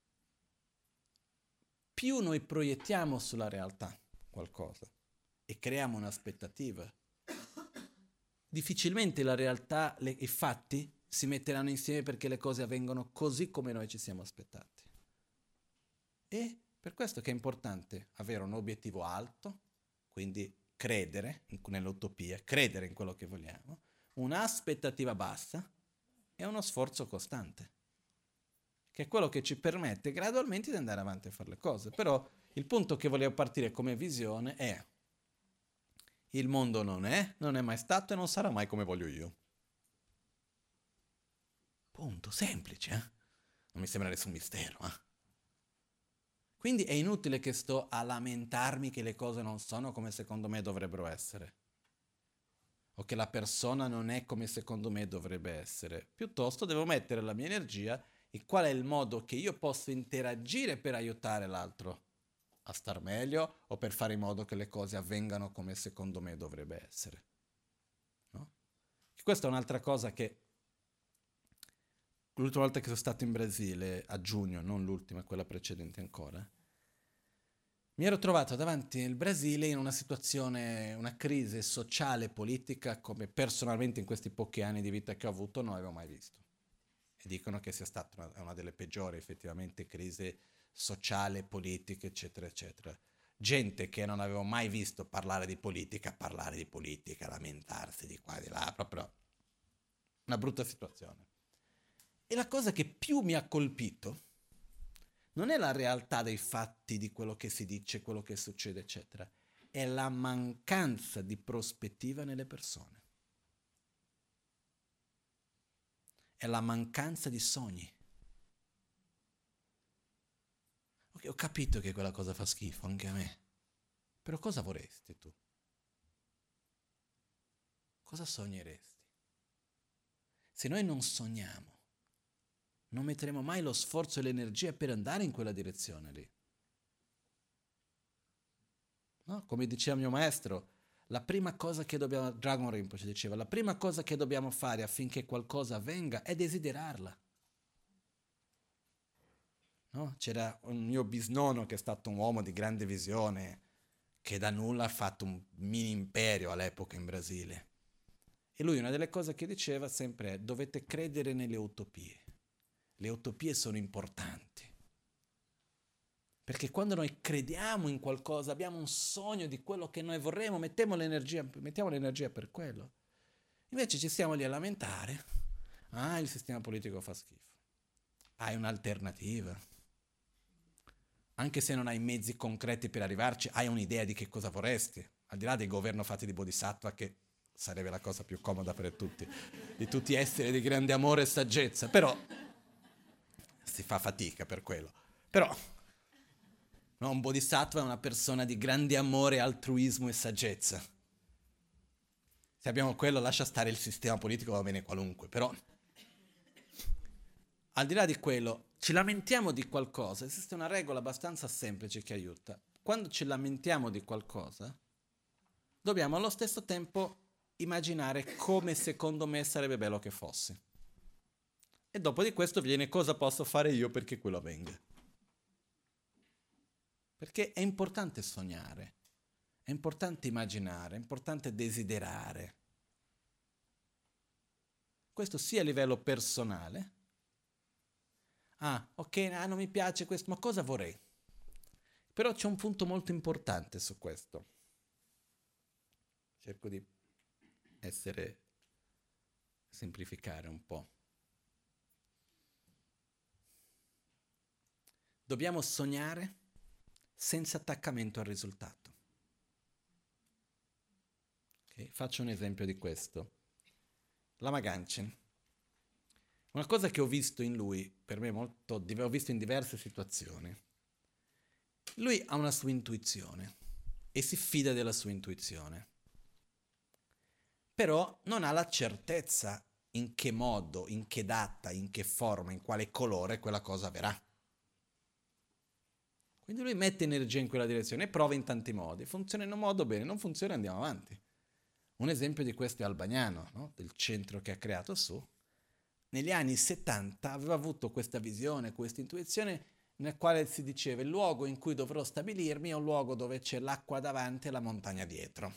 più noi proiettiamo sulla realtà qualcosa e creiamo un'aspettativa, difficilmente la realtà, i fatti si metteranno insieme perché le cose avvengono così come noi ci siamo aspettati. E per questo che è importante avere un obiettivo alto, quindi credere nell'utopia, credere in quello che vogliamo, un'aspettativa bassa e uno sforzo costante, che è quello che ci permette gradualmente di andare avanti a fare le cose. Però il punto che volevo partire come visione è: il mondo non è mai stato e non sarà mai come voglio io. Punto, semplice, eh? Non mi sembra nessun mistero, eh? Quindi è inutile che sto a lamentarmi che le cose non sono come secondo me dovrebbero essere, o che la persona non è come secondo me dovrebbe essere. Piuttosto devo mettere la mia energia in qual è il modo che io posso interagire per aiutare l'altro a star meglio o per fare in modo che le cose avvengano come secondo me dovrebbe essere. No? Questa è un'altra cosa che l'ultima volta che sono stato in Brasile, a giugno, non l'ultima, quella precedente ancora, mi ero trovato davanti al Brasile in una situazione, una crisi sociale e politica come personalmente in questi pochi anni di vita che ho avuto non avevo mai visto. E dicono che sia stata una delle peggiori effettivamente crisi sociali, politiche, eccetera, eccetera. Gente che non avevo mai visto parlare di politica, lamentarsi di qua e di là, proprio una brutta situazione. E la cosa che più mi ha colpito non è la realtà dei fatti, di quello che si dice, quello che succede, eccetera, è la mancanza di prospettiva nelle persone. È la mancanza di sogni. Ok, ho capito che quella cosa fa schifo anche a me, però cosa vorresti tu? Cosa sogneresti? Se noi non sogniamo, non metteremo mai lo sforzo e l'energia per andare in quella direzione lì. No? Come diceva mio maestro, la prima cosa che dobbiamo, Dragon Rinpoche diceva, la prima cosa che dobbiamo fare affinché qualcosa avvenga è desiderarla. No? C'era un mio bisnonno che è stato un uomo di grande visione, che da nulla ha fatto un mini imperio all'epoca in Brasile. E lui una delle cose che diceva sempre è: dovete credere nelle utopie. Le utopie sono importanti. Perché quando noi crediamo in qualcosa, abbiamo un sogno di quello che noi vorremmo, mettiamo l'energia per quello. Invece ci stiamo lì a lamentare. Ah, il sistema politico fa schifo. Hai un'alternativa. Anche se non hai mezzi concreti per arrivarci, hai un'idea di che cosa vorresti. Al di là del governo fatto di bodhisattva, che sarebbe la cosa più comoda per tutti, di tutti esseri di grande amore e saggezza, però si fa fatica per quello. Però no, un bodhisattva è una persona di grande amore, altruismo e saggezza. Se abbiamo quello, lascia stare il sistema politico, va bene qualunque, però al di là di quello, ci lamentiamo di qualcosa, esiste una regola abbastanza semplice che aiuta. Quando ci lamentiamo di qualcosa, dobbiamo allo stesso tempo immaginare come secondo me sarebbe bello che fosse. E dopo di questo viene: cosa posso fare io perché quello avvenga? Perché è importante sognare, è importante immaginare, è importante desiderare. Questo sia a livello personale. Ah, ok, non mi piace questo, ma cosa vorrei? Però c'è un punto molto importante su questo. Cerco di semplificare un po'. Dobbiamo sognare senza attaccamento al risultato. Okay? Faccio un esempio di questo. Lama Ganchen. Una cosa che ho visto in lui, per me ho visto in diverse situazioni. Lui ha una sua intuizione e si fida della sua intuizione. Però non ha la certezza in che modo, in che data, in che forma, in quale colore quella cosa avverrà. Quindi lui mette energia in quella direzione e prova in tanti modi. Funziona in un modo, bene, non funziona, andiamo avanti. Un esempio di questo è Albagnano, no? Del centro che ha creato su. Negli anni 70 aveva avuto questa visione, questa intuizione, nel quale si diceva: il luogo in cui dovrò stabilirmi è un luogo dove c'è l'acqua davanti e la montagna dietro.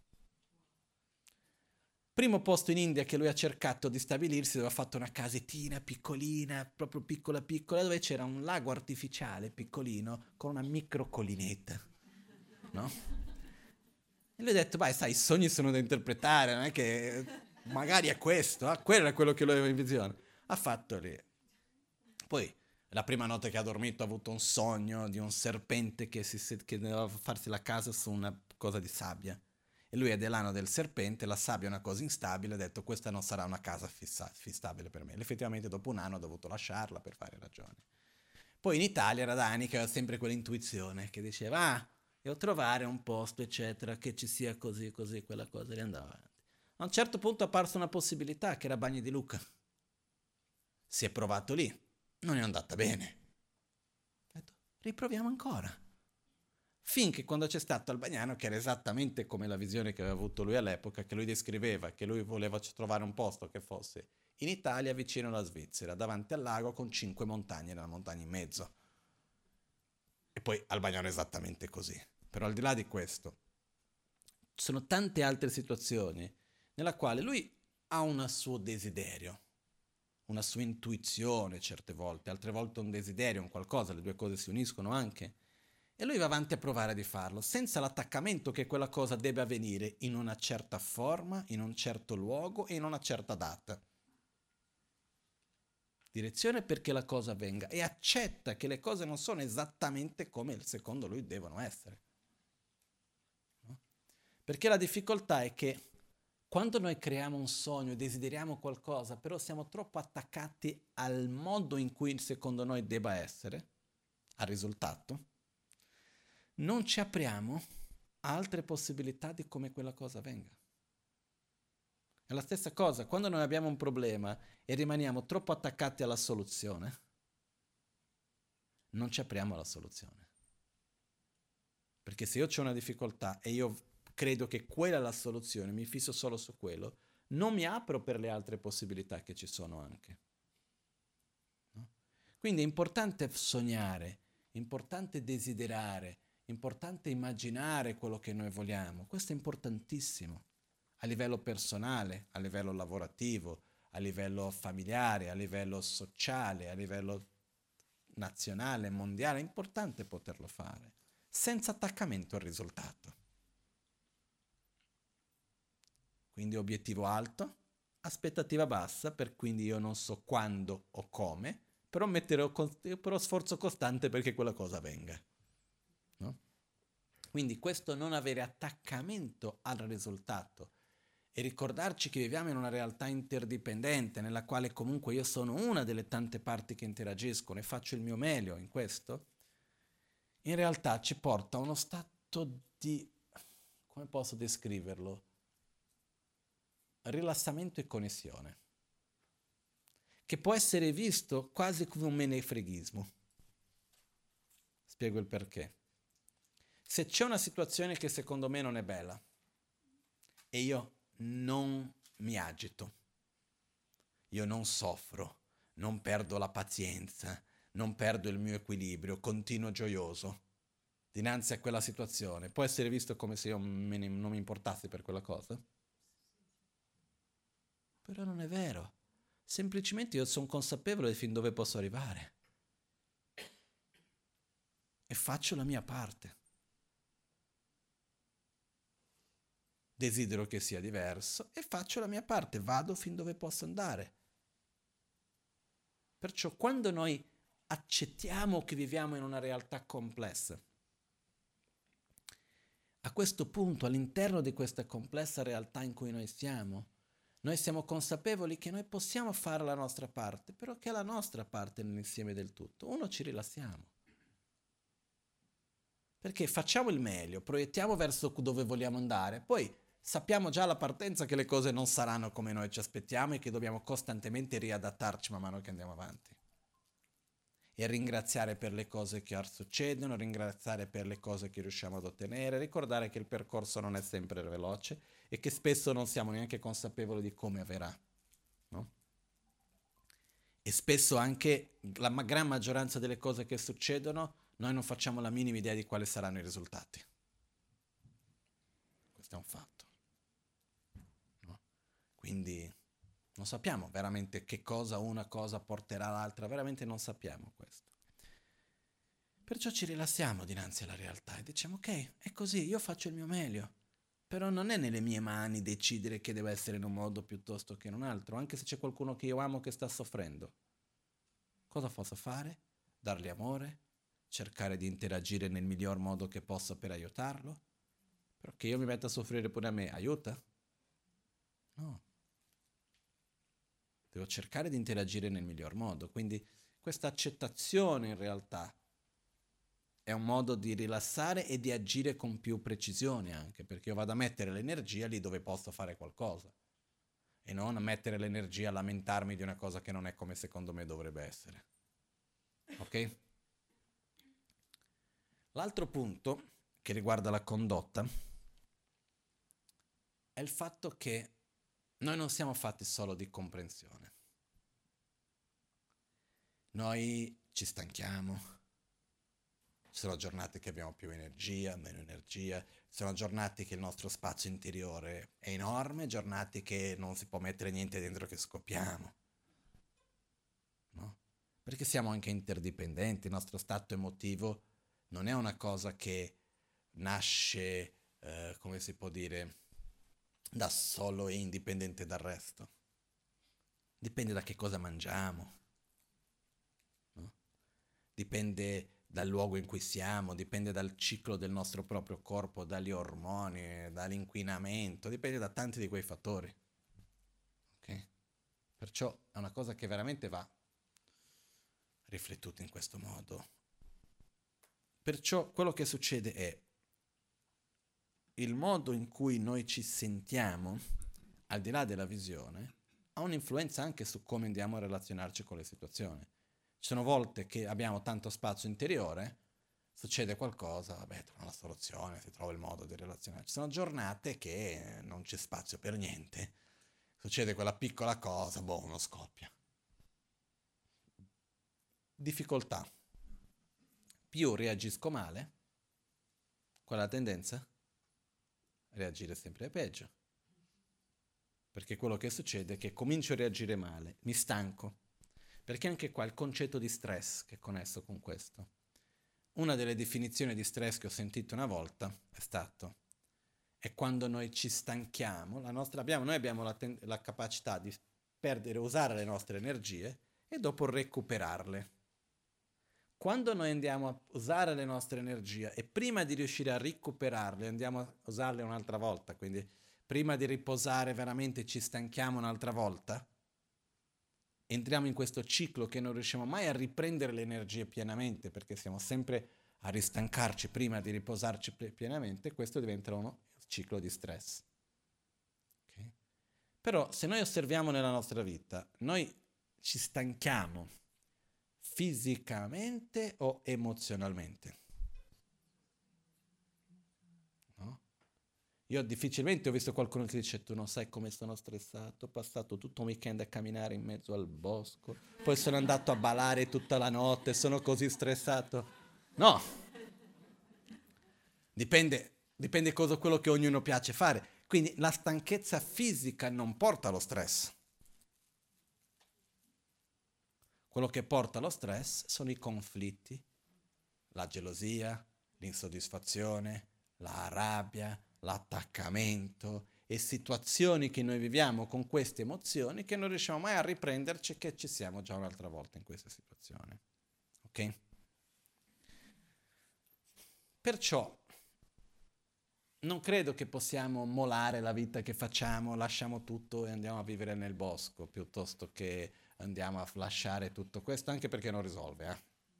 Primo posto in India che lui ha cercato di stabilirsi, dove ha fatto una casettina piccolina, proprio piccola piccola, dove c'era un lago artificiale piccolino con una microcollinetta, no? E lui ha detto: sai, i sogni sono da interpretare, non è che magari è questo, quello è quello che lui aveva in visione. Ha fatto lì. Poi, la prima notte che ha dormito, ha avuto un sogno di un serpente che doveva farsi la casa su una cosa di sabbia. E lui è dell'anno del serpente, la sabbia è una cosa instabile, ha detto: questa non sarà una casa stabile per me. E effettivamente dopo un anno ha dovuto lasciarla per fare ragioni. Poi in Italia era da anni che aveva sempre quell'intuizione che diceva: devo trovare un posto, eccetera, che ci sia così, così, quella cosa, e andava avanti. A un certo punto è apparsa una possibilità, che era Bagni di Lucca. Si è provato lì, non è andata bene. Ha detto: riproviamo ancora. Finché quando c'è stato Albagnano, che era esattamente come la visione che aveva avuto lui all'epoca, che lui descriveva, che lui voleva trovare un posto che fosse in Italia, vicino alla Svizzera, davanti al lago, con 5 montagne, una montagna in mezzo. E poi Albagnano è esattamente così. Però al di là di questo, ci sono tante altre situazioni nella quale lui ha un suo desiderio, una sua intuizione certe volte, altre volte un desiderio, un qualcosa, le due cose si uniscono anche. E lui va avanti a provare di farlo, senza l'attaccamento che quella cosa deve avvenire in una certa forma, in un certo luogo e in una certa data. Direzione perché la cosa avvenga, e accetta che le cose non sono esattamente come secondo lui devono essere. No? Perché la difficoltà è che quando noi creiamo un sogno, desideriamo qualcosa, però siamo troppo attaccati al modo in cui secondo noi debba essere, al risultato, non ci apriamo a altre possibilità di come quella cosa avvenga. È la stessa cosa, quando noi abbiamo un problema e rimaniamo troppo attaccati alla soluzione, non ci apriamo alla soluzione. Perché se io ho una difficoltà e io credo che quella è la soluzione, mi fisso solo su quello, non mi apro per le altre possibilità che ci sono anche. No? Quindi è importante sognare, è importante desiderare, è importante immaginare quello che noi vogliamo. Questo è importantissimo, a livello personale, a livello lavorativo, a livello familiare, a livello sociale, a livello nazionale, mondiale. È importante poterlo fare, senza attaccamento al risultato. Quindi obiettivo alto, aspettativa bassa, per quindi io non so quando o come, però metterò però sforzo costante perché quella cosa avvenga. No? Quindi questo non avere attaccamento al risultato e ricordarci che viviamo in una realtà interdipendente nella quale comunque io sono una delle tante parti che interagiscono e faccio il mio meglio in questo, in realtà ci porta a uno stato di, come posso descriverlo? Rilassamento e connessione, che può essere visto quasi come un menefreghismo. Spiego il perché. Se c'è una situazione che secondo me non è bella e io non mi agito, io non soffro, non perdo la pazienza, non perdo il mio equilibrio, continuo gioioso dinanzi a quella situazione, può essere visto come se io non mi importassi per quella cosa? Però non è vero. Semplicemente io sono consapevole di fin dove posso arrivare e faccio la mia parte. Desidero che sia diverso e faccio la mia parte, vado fin dove posso andare. Perciò quando noi accettiamo che viviamo in una realtà complessa, a questo punto, all'interno di questa complessa realtà in cui noi siamo consapevoli che noi possiamo fare la nostra parte, però che è la nostra parte nell'insieme del tutto. Uno, ci rilassiamo. Perché facciamo il meglio, proiettiamo verso dove vogliamo andare, poi sappiamo già alla partenza che le cose non saranno come noi ci aspettiamo e che dobbiamo costantemente riadattarci man mano che andiamo avanti. E ringraziare per le cose che succedono, ringraziare per le cose che riusciamo ad ottenere, ricordare che il percorso non è sempre veloce e che spesso non siamo neanche consapevoli di come avverrà, no? E spesso anche la gran maggioranza delle cose che succedono noi non facciamo la minima idea di quali saranno i risultati. Questo è un fatto, no? Quindi non sappiamo veramente che cosa una cosa porterà all'altra, veramente non sappiamo questo. Perciò ci rilassiamo dinanzi alla realtà e diciamo ok, è così, io faccio il mio meglio, però non è nelle mie mani decidere che deve essere in un modo piuttosto che in un altro, anche se c'è qualcuno che io amo che sta soffrendo. Cosa posso fare? Dargli amore, cercare di interagire nel miglior modo che posso per aiutarlo, però che io mi metta a soffrire pure a me, aiuta? No. Devo cercare di interagire nel miglior modo, quindi questa accettazione in realtà è un modo di rilassare e di agire con più precisione anche, perché io vado a mettere l'energia lì dove posso fare qualcosa e non a mettere l'energia a lamentarmi di una cosa che non è come secondo me dovrebbe essere. Ok? L'altro punto che riguarda la condotta è il fatto che noi non siamo fatti solo di comprensione. Noi ci stanchiamo, ci sono giornate che abbiamo più energia, meno energia, ci sono giornate che il nostro spazio interiore è enorme, giornate che non si può mettere niente dentro che scoppiamo, no? Perché siamo anche interdipendenti, il nostro stato emotivo non è una cosa che nasce, come si può dire, da solo e indipendente dal resto. Dipende da che cosa mangiamo, no? Dipende dal luogo in cui siamo, dipende dal ciclo del nostro proprio corpo, dagli ormoni, dall'inquinamento, dipende da tanti di quei fattori. Ok? Perciò è una cosa che veramente va riflettuta in questo modo Perciò quello che succede è il modo in cui noi ci sentiamo, al di là della visione, ha un'influenza anche su come andiamo a relazionarci con le situazioni. Ci sono volte che abbiamo tanto spazio interiore, succede qualcosa, vabbè, trova la soluzione, si trova il modo di relazionarci. Ci sono giornate che non c'è spazio per niente, succede quella piccola cosa, boh, uno scoppia. Difficoltà. Più reagisco male, qual è la tendenza? Reagire sempre peggio. Perché quello che succede è che comincio a reagire male, mi stanco. Perché anche qua il concetto di stress che è connesso con questo. Una delle definizioni di stress che ho sentito una volta è quando noi ci stanchiamo, noi abbiamo la capacità di usare le nostre energie e dopo recuperarle. Quando noi andiamo a usare le nostre energie e prima di riuscire a recuperarle andiamo a usarle un'altra volta, quindi prima di riposare veramente ci stanchiamo un'altra volta, entriamo in questo ciclo che non riusciamo mai a riprendere le energie pienamente perché siamo sempre a ristancarci prima di riposarci pienamente, questo diventa uno ciclo di stress. Okay? Però se noi osserviamo nella nostra vita, noi ci stanchiamo fisicamente o emozionalmente? No? Io difficilmente ho visto qualcuno che dice tu non sai come sono stressato, ho passato tutto un weekend a camminare in mezzo al bosco, poi sono andato a ballare tutta la notte, sono così stressato. No, dipende cosa quello che ognuno piace fare. Quindi la stanchezza fisica non porta allo stress. Quello che porta allo stress sono i conflitti, la gelosia, l'insoddisfazione, la rabbia, l'attaccamento e situazioni che noi viviamo con queste emozioni che non riusciamo mai a riprenderci che ci siamo già un'altra volta in questa situazione. Ok? Perciò non credo che possiamo molare la vita che facciamo, lasciamo tutto e andiamo a vivere nel bosco, piuttosto che andiamo a lasciare tutto questo, anche perché non risolve,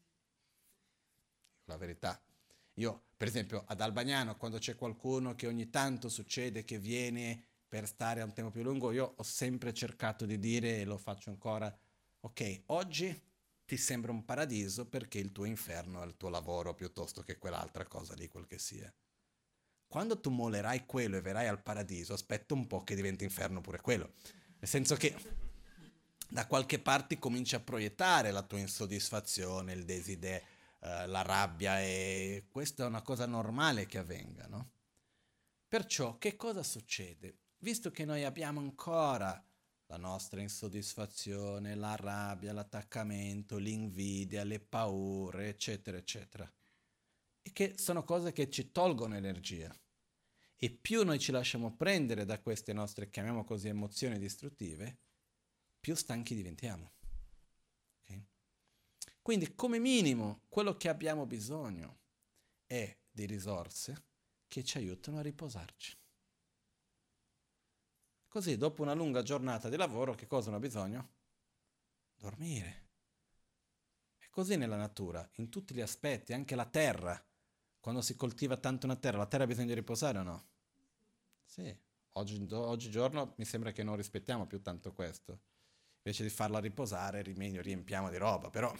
la verità. Io, per esempio, ad Albagnano, quando c'è qualcuno che ogni tanto succede che viene per stare a un tempo più lungo, io ho sempre cercato di dire, e lo faccio ancora, ok, oggi ti sembra un paradiso perché il tuo inferno è il tuo lavoro piuttosto che quell'altra cosa lì, quel che sia. Quando tu molerai quello e verrai al paradiso, aspetta un po' che diventi inferno pure quello. Nel senso che da qualche parte cominci a proiettare la tua insoddisfazione, il desiderio, la rabbia e questa è una cosa normale che avvenga, no? Perciò che cosa succede? Visto che noi abbiamo ancora la nostra insoddisfazione, la rabbia, l'attaccamento, l'invidia, le paure, eccetera, eccetera, e che sono cose che ci tolgono energia. E più noi ci lasciamo prendere da queste nostre, chiamiamo così, emozioni distruttive, più stanchi diventiamo. Okay? Quindi, come minimo, quello che abbiamo bisogno è di risorse che ci aiutano a riposarci. Così, dopo una lunga giornata di lavoro, che cosa hanno bisogno? Dormire. È così nella natura, in tutti gli aspetti, anche la terra. Quando si coltiva tanto una terra, la terra ha bisogno di riposare o no? Sì, oggigiorno mi sembra che non rispettiamo più tanto questo. Invece di farla riposare, riempiamo di roba, però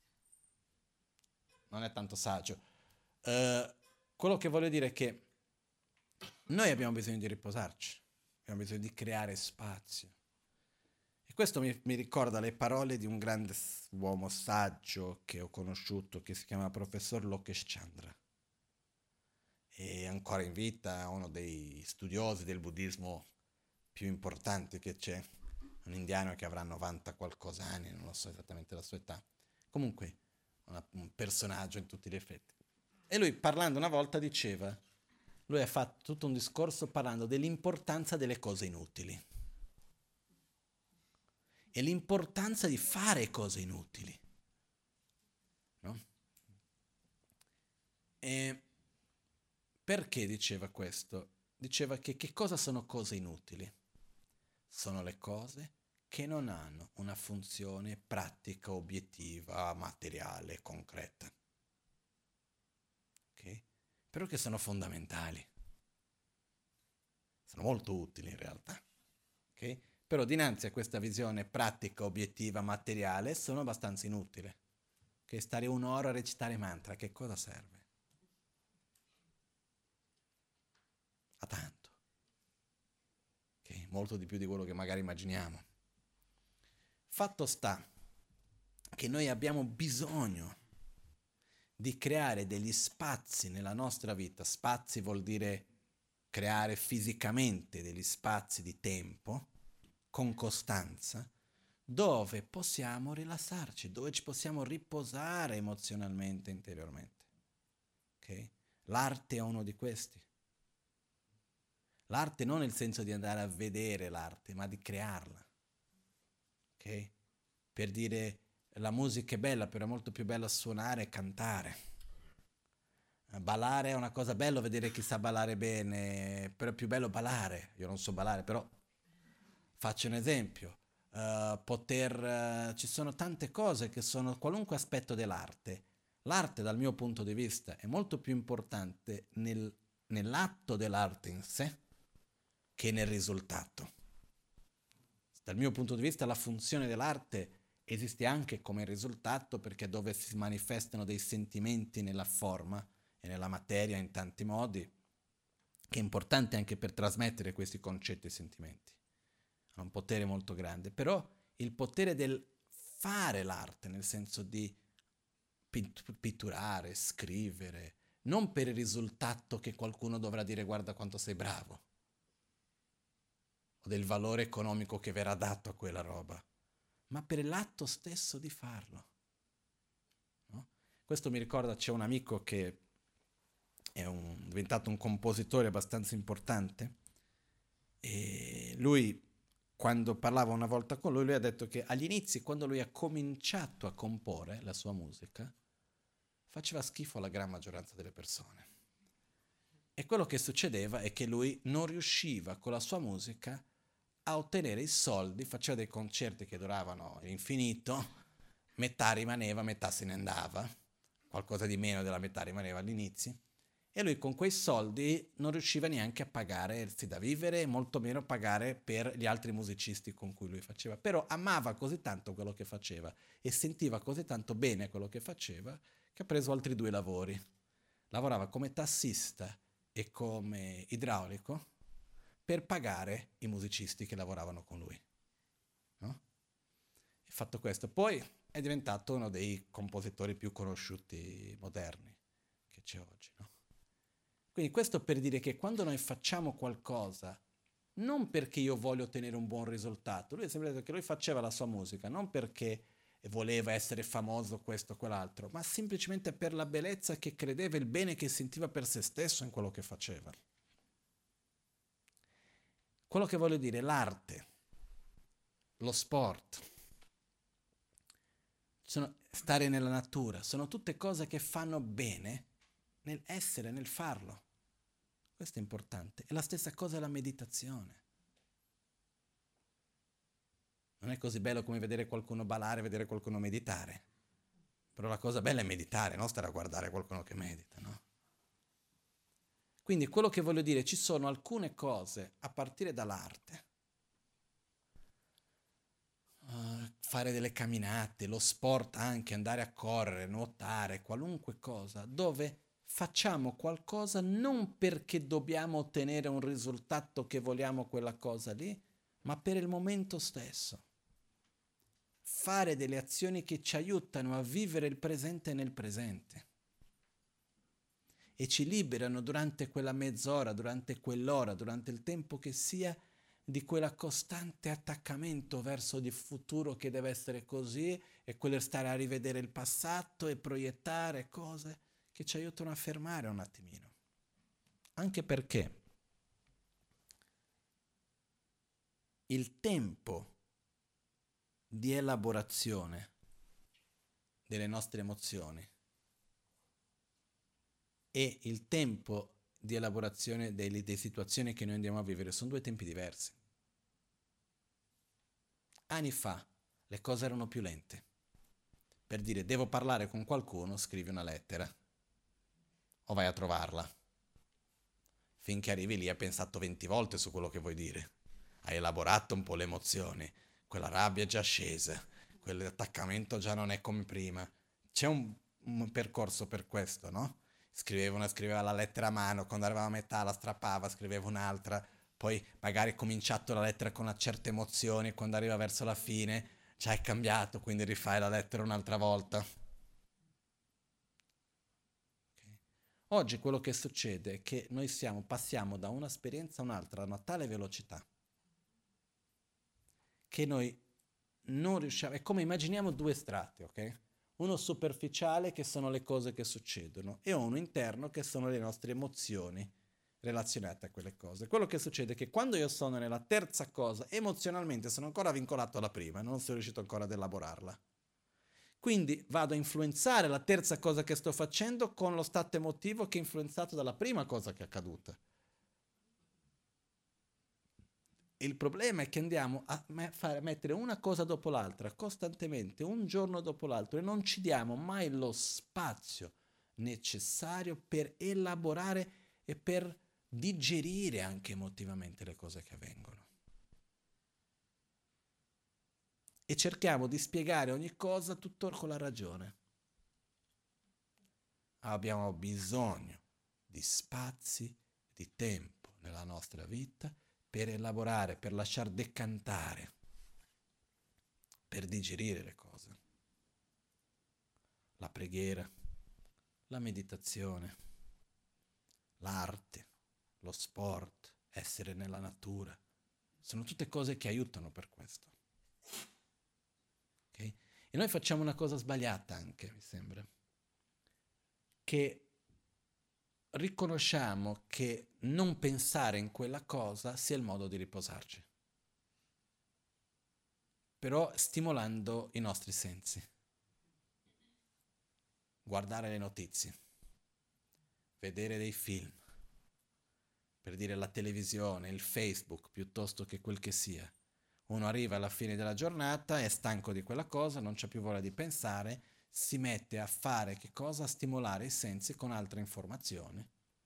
non è tanto saggio. Quello che voglio dire è che noi abbiamo bisogno di riposarci, abbiamo bisogno di creare spazio. E questo mi ricorda le parole di un grande uomo saggio che ho conosciuto, che si chiama professor Lokesh Chandra. È ancora in vita, uno dei studiosi del buddismo più importanti che c'è, un indiano che avrà 90 qualcosa anni, non lo so esattamente la sua età. Comunque, un personaggio in tutti gli effetti. E lui parlando una volta diceva, lui ha fatto tutto un discorso parlando dell'importanza delle cose inutili e l'importanza di fare cose inutili. No? E perché diceva questo? Diceva che cosa sono cose inutili? Sono le cose che non hanno una funzione pratica, obiettiva, materiale, concreta. però che sono fondamentali. Sono molto utili in realtà. Okay? Però dinanzi a questa visione pratica, obiettiva, materiale, sono abbastanza inutili. Che stare un'ora a recitare mantra, che cosa serve? A tanto. Okay? Molto di più di quello che magari immaginiamo. Fatto sta che noi abbiamo bisogno di creare degli spazi nella nostra vita. Spazi vuol dire creare fisicamente degli spazi di tempo con costanza, dove possiamo rilassarci, dove ci possiamo riposare emozionalmente, interiormente. Okay? L'arte è uno di questi. L'arte non nel senso di andare a vedere l'arte, ma di crearla. Okay? Per dire la musica è bella, però è molto più bella suonare e cantare. Ballare è una cosa bella, vedere chi sa ballare bene, però è più bello ballare. Io non so ballare, però faccio un esempio. Ci sono tante cose che sono qualunque aspetto dell'arte. L'arte, dal mio punto di vista, è molto più importante nell'atto dell'arte in sé che nel risultato. Dal mio punto di vista, la funzione dell'arte esiste anche come risultato, perché è dove si manifestano dei sentimenti nella forma e nella materia in tanti modi, che è importante anche per trasmettere questi concetti e sentimenti. Ha un potere molto grande, però il potere del fare l'arte, nel senso di pitturare, scrivere, non per il risultato che qualcuno dovrà dire guarda quanto sei bravo, o del valore economico che verrà dato a quella roba, ma per l'atto stesso di farlo. No? Questo mi ricorda, c'è un amico che è diventato un compositore abbastanza importante, e lui, quando parlavo una volta con lui ha detto che agli inizi, quando lui ha cominciato a comporre la sua musica, faceva schifo alla gran maggioranza delle persone. E quello che succedeva è che lui non riusciva con la sua musica a ottenere i soldi, faceva dei concerti che duravano all'infinito, metà rimaneva, metà se ne andava, qualcosa di meno della metà rimaneva all'inizio, e lui con quei soldi non riusciva neanche a pagarsi da vivere, molto meno pagare per gli altri musicisti con cui lui faceva, però amava così tanto quello che faceva e sentiva così tanto bene quello che faceva che ha preso altri 2 lavori. Lavorava come tassista e come idraulico per pagare i musicisti che lavoravano con lui. No? E fatto questo, poi è diventato uno dei compositori più conosciuti moderni che c'è oggi. No? Quindi questo per dire che quando noi facciamo qualcosa, non perché io voglio ottenere un buon risultato, lui è sempre detto che lui faceva la sua musica, non perché voleva essere famoso questo o quell'altro, ma semplicemente per la bellezza che credeva, il bene che sentiva per se stesso in quello che faceva. Quello che voglio dire, l'arte, lo sport, stare nella natura, sono tutte cose che fanno bene nell'essere, nel farlo. Questo è importante. E la stessa cosa è la meditazione. Non è così bello come vedere qualcuno ballare, vedere qualcuno meditare. Però la cosa bella è meditare, non stare a guardare qualcuno che medita, no? Quindi quello che voglio dire, ci sono alcune cose, a partire dall'arte, fare delle camminate, lo sport anche, andare a correre, nuotare, qualunque cosa, dove facciamo qualcosa non perché dobbiamo ottenere un risultato che vogliamo quella cosa lì, ma per il momento stesso. Fare delle azioni che ci aiutano a vivere il presente nel presente e ci liberano durante quella mezz'ora, durante quell'ora, durante il tempo che sia, di quella costante attaccamento verso il futuro che deve essere così, e quello stare a rivedere il passato e proiettare cose che ci aiutano a fermare un attimino. Anche perché il tempo di elaborazione delle nostre emozioni e il tempo di elaborazione delle situazioni che noi andiamo a vivere sono 2 tempi diversi. Anni fa le cose erano più lente. Per dire devo parlare con qualcuno, scrivi una lettera o vai a trovarla. finché arrivi lì hai pensato 20 volte su quello che vuoi dire. Hai elaborato un po' le emozioni, quella rabbia è già scesa, quell'attaccamento già non è come prima. C'è un percorso per questo, no? Scriveva la lettera a mano, quando arrivava a metà la strappava, scriveva un'altra, poi magari cominciato la lettera con una certa emozione, quando arriva verso la fine già è cambiato, quindi rifai la lettera un'altra volta. Oggi quello che succede è che noi passiamo da un'esperienza a un'altra a una tale velocità che noi non riusciamo, è come immaginiamo due strati, ok? Uno superficiale che sono le cose che succedono e uno interno che sono le nostre emozioni relazionate a quelle cose. Quello che succede è che quando io sono nella terza cosa, emozionalmente sono ancora vincolato alla prima, non sono riuscito ancora ad elaborarla. Quindi vado a influenzare la terza cosa che sto facendo con lo stato emotivo che è influenzato dalla prima cosa che è accaduta. Il problema è che andiamo a mettere una cosa dopo l'altra, costantemente, un giorno dopo l'altro, e non ci diamo mai lo spazio necessario per elaborare e per digerire anche emotivamente le cose che avvengono. E cerchiamo di spiegare ogni cosa tutto con la ragione. Abbiamo bisogno di spazi, di tempo nella nostra vita per elaborare, per lasciar decantare, per digerire le cose. La preghiera, la meditazione, l'arte, lo sport, essere nella natura, sono tutte cose che aiutano per questo. Okay? E noi facciamo una cosa sbagliata anche, mi sembra, che riconosciamo che non pensare in quella cosa sia il modo di riposarci, però stimolando i nostri sensi. Guardare le notizie, vedere dei film, per dire la televisione, il Facebook, piuttosto che quel che sia. Uno arriva alla fine della giornata, è stanco di quella cosa, non c'ha più voglia di pensare, si mette a fare che cosa? A stimolare i sensi con altre informazioni,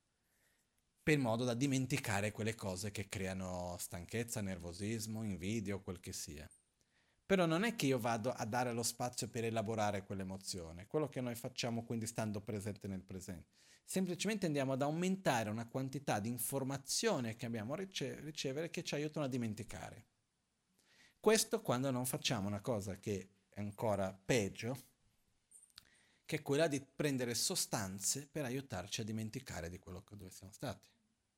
per modo da dimenticare quelle cose che creano stanchezza, nervosismo, invidia o quel che sia. Però non è che io vado a dare lo spazio per elaborare quell'emozione, quello che noi facciamo quindi stando presente nel presente. Semplicemente andiamo ad aumentare una quantità di informazione che abbiamo a ricevere che ci aiutano a dimenticare. Questo quando non facciamo una cosa che è ancora peggio, che è quella di prendere sostanze per aiutarci a dimenticare di quello dove siamo stati.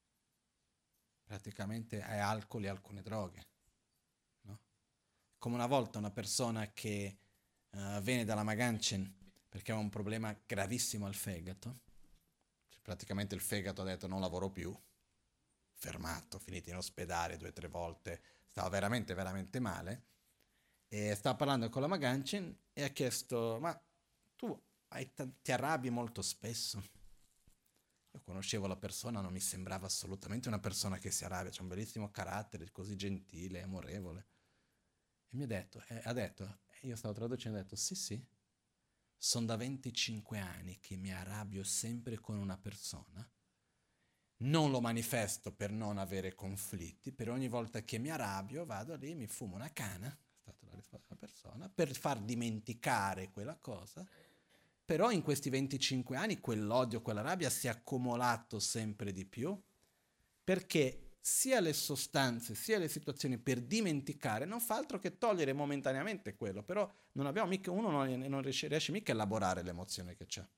Praticamente è alcol e alcune droghe. No? Come una volta una persona che viene dalla Maganchen perché aveva un problema gravissimo al fegato, cioè, praticamente il fegato ha detto non lavoro più, fermato, finito in ospedale 2 o 3 volte, stava veramente veramente male, e stava parlando con la Maganchen e ha chiesto ma tu ti arrabbi molto spesso? Io conoscevo la persona, non mi sembrava assolutamente una persona che si arrabbia, c'ha un bellissimo carattere, così gentile, amorevole. E mi ha detto, io stavo traducendo, ha detto, sì, sono da 25 anni che mi arrabbio sempre con una persona, non lo manifesto per non avere conflitti, per ogni volta che mi arrabbio vado lì, mi fumo una cana, è stata la risposta della persona, per far dimenticare quella cosa, però in questi 25 anni quell'odio, quella rabbia si è accumulato sempre di più, perché sia le sostanze sia le situazioni per dimenticare non fa altro che togliere momentaneamente quello, però non abbiamo mica, uno non riesce mica a elaborare l'emozione che c'è.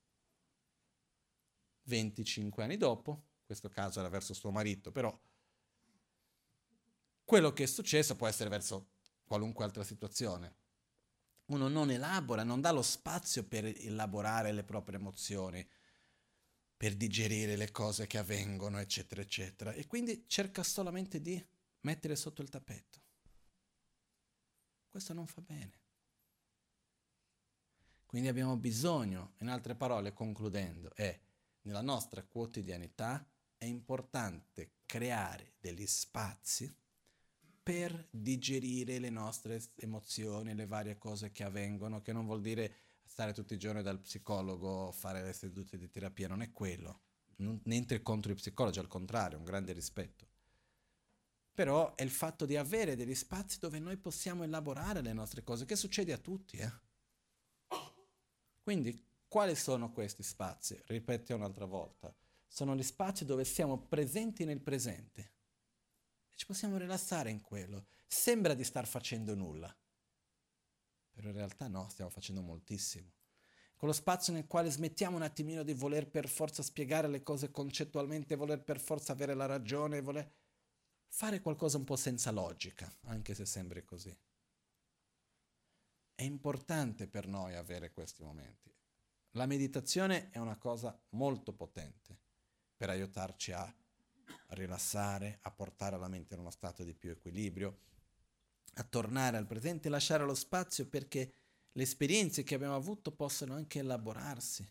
25 anni dopo, in questo caso era verso suo marito, però quello che è successo può essere verso qualunque altra situazione. Uno non elabora, non dà lo spazio per elaborare le proprie emozioni, per digerire le cose che avvengono, eccetera, eccetera. E quindi cerca solamente di mettere sotto il tappeto. Questo non fa bene. Quindi abbiamo bisogno, in altre parole, concludendo, nella nostra quotidianità è importante creare degli spazi per digerire le nostre emozioni, le varie cose che avvengono, che non vuol dire stare tutti i giorni dal psicologo, fare le sedute di terapia, non è quello. niente contro i psicologi, al contrario, un grande rispetto. Però è il fatto di avere degli spazi dove noi possiamo elaborare le nostre cose, che succede a tutti, Quindi, quali sono questi spazi? Ripeto un'altra volta. Sono gli spazi dove siamo presenti nel presente. E ci possiamo rilassare in quello. Sembra di star facendo nulla. Però in realtà no, stiamo facendo moltissimo. Quello spazio nel quale smettiamo un attimino di voler per forza spiegare le cose concettualmente, voler per forza avere la ragione, voler fare qualcosa un po' senza logica, anche se sembri così. È importante per noi avere questi momenti. La meditazione è una cosa molto potente per aiutarci a rilassare, a portare la mente in uno stato di più equilibrio, a tornare al presente e lasciare lo spazio perché le esperienze che abbiamo avuto possano anche elaborarsi.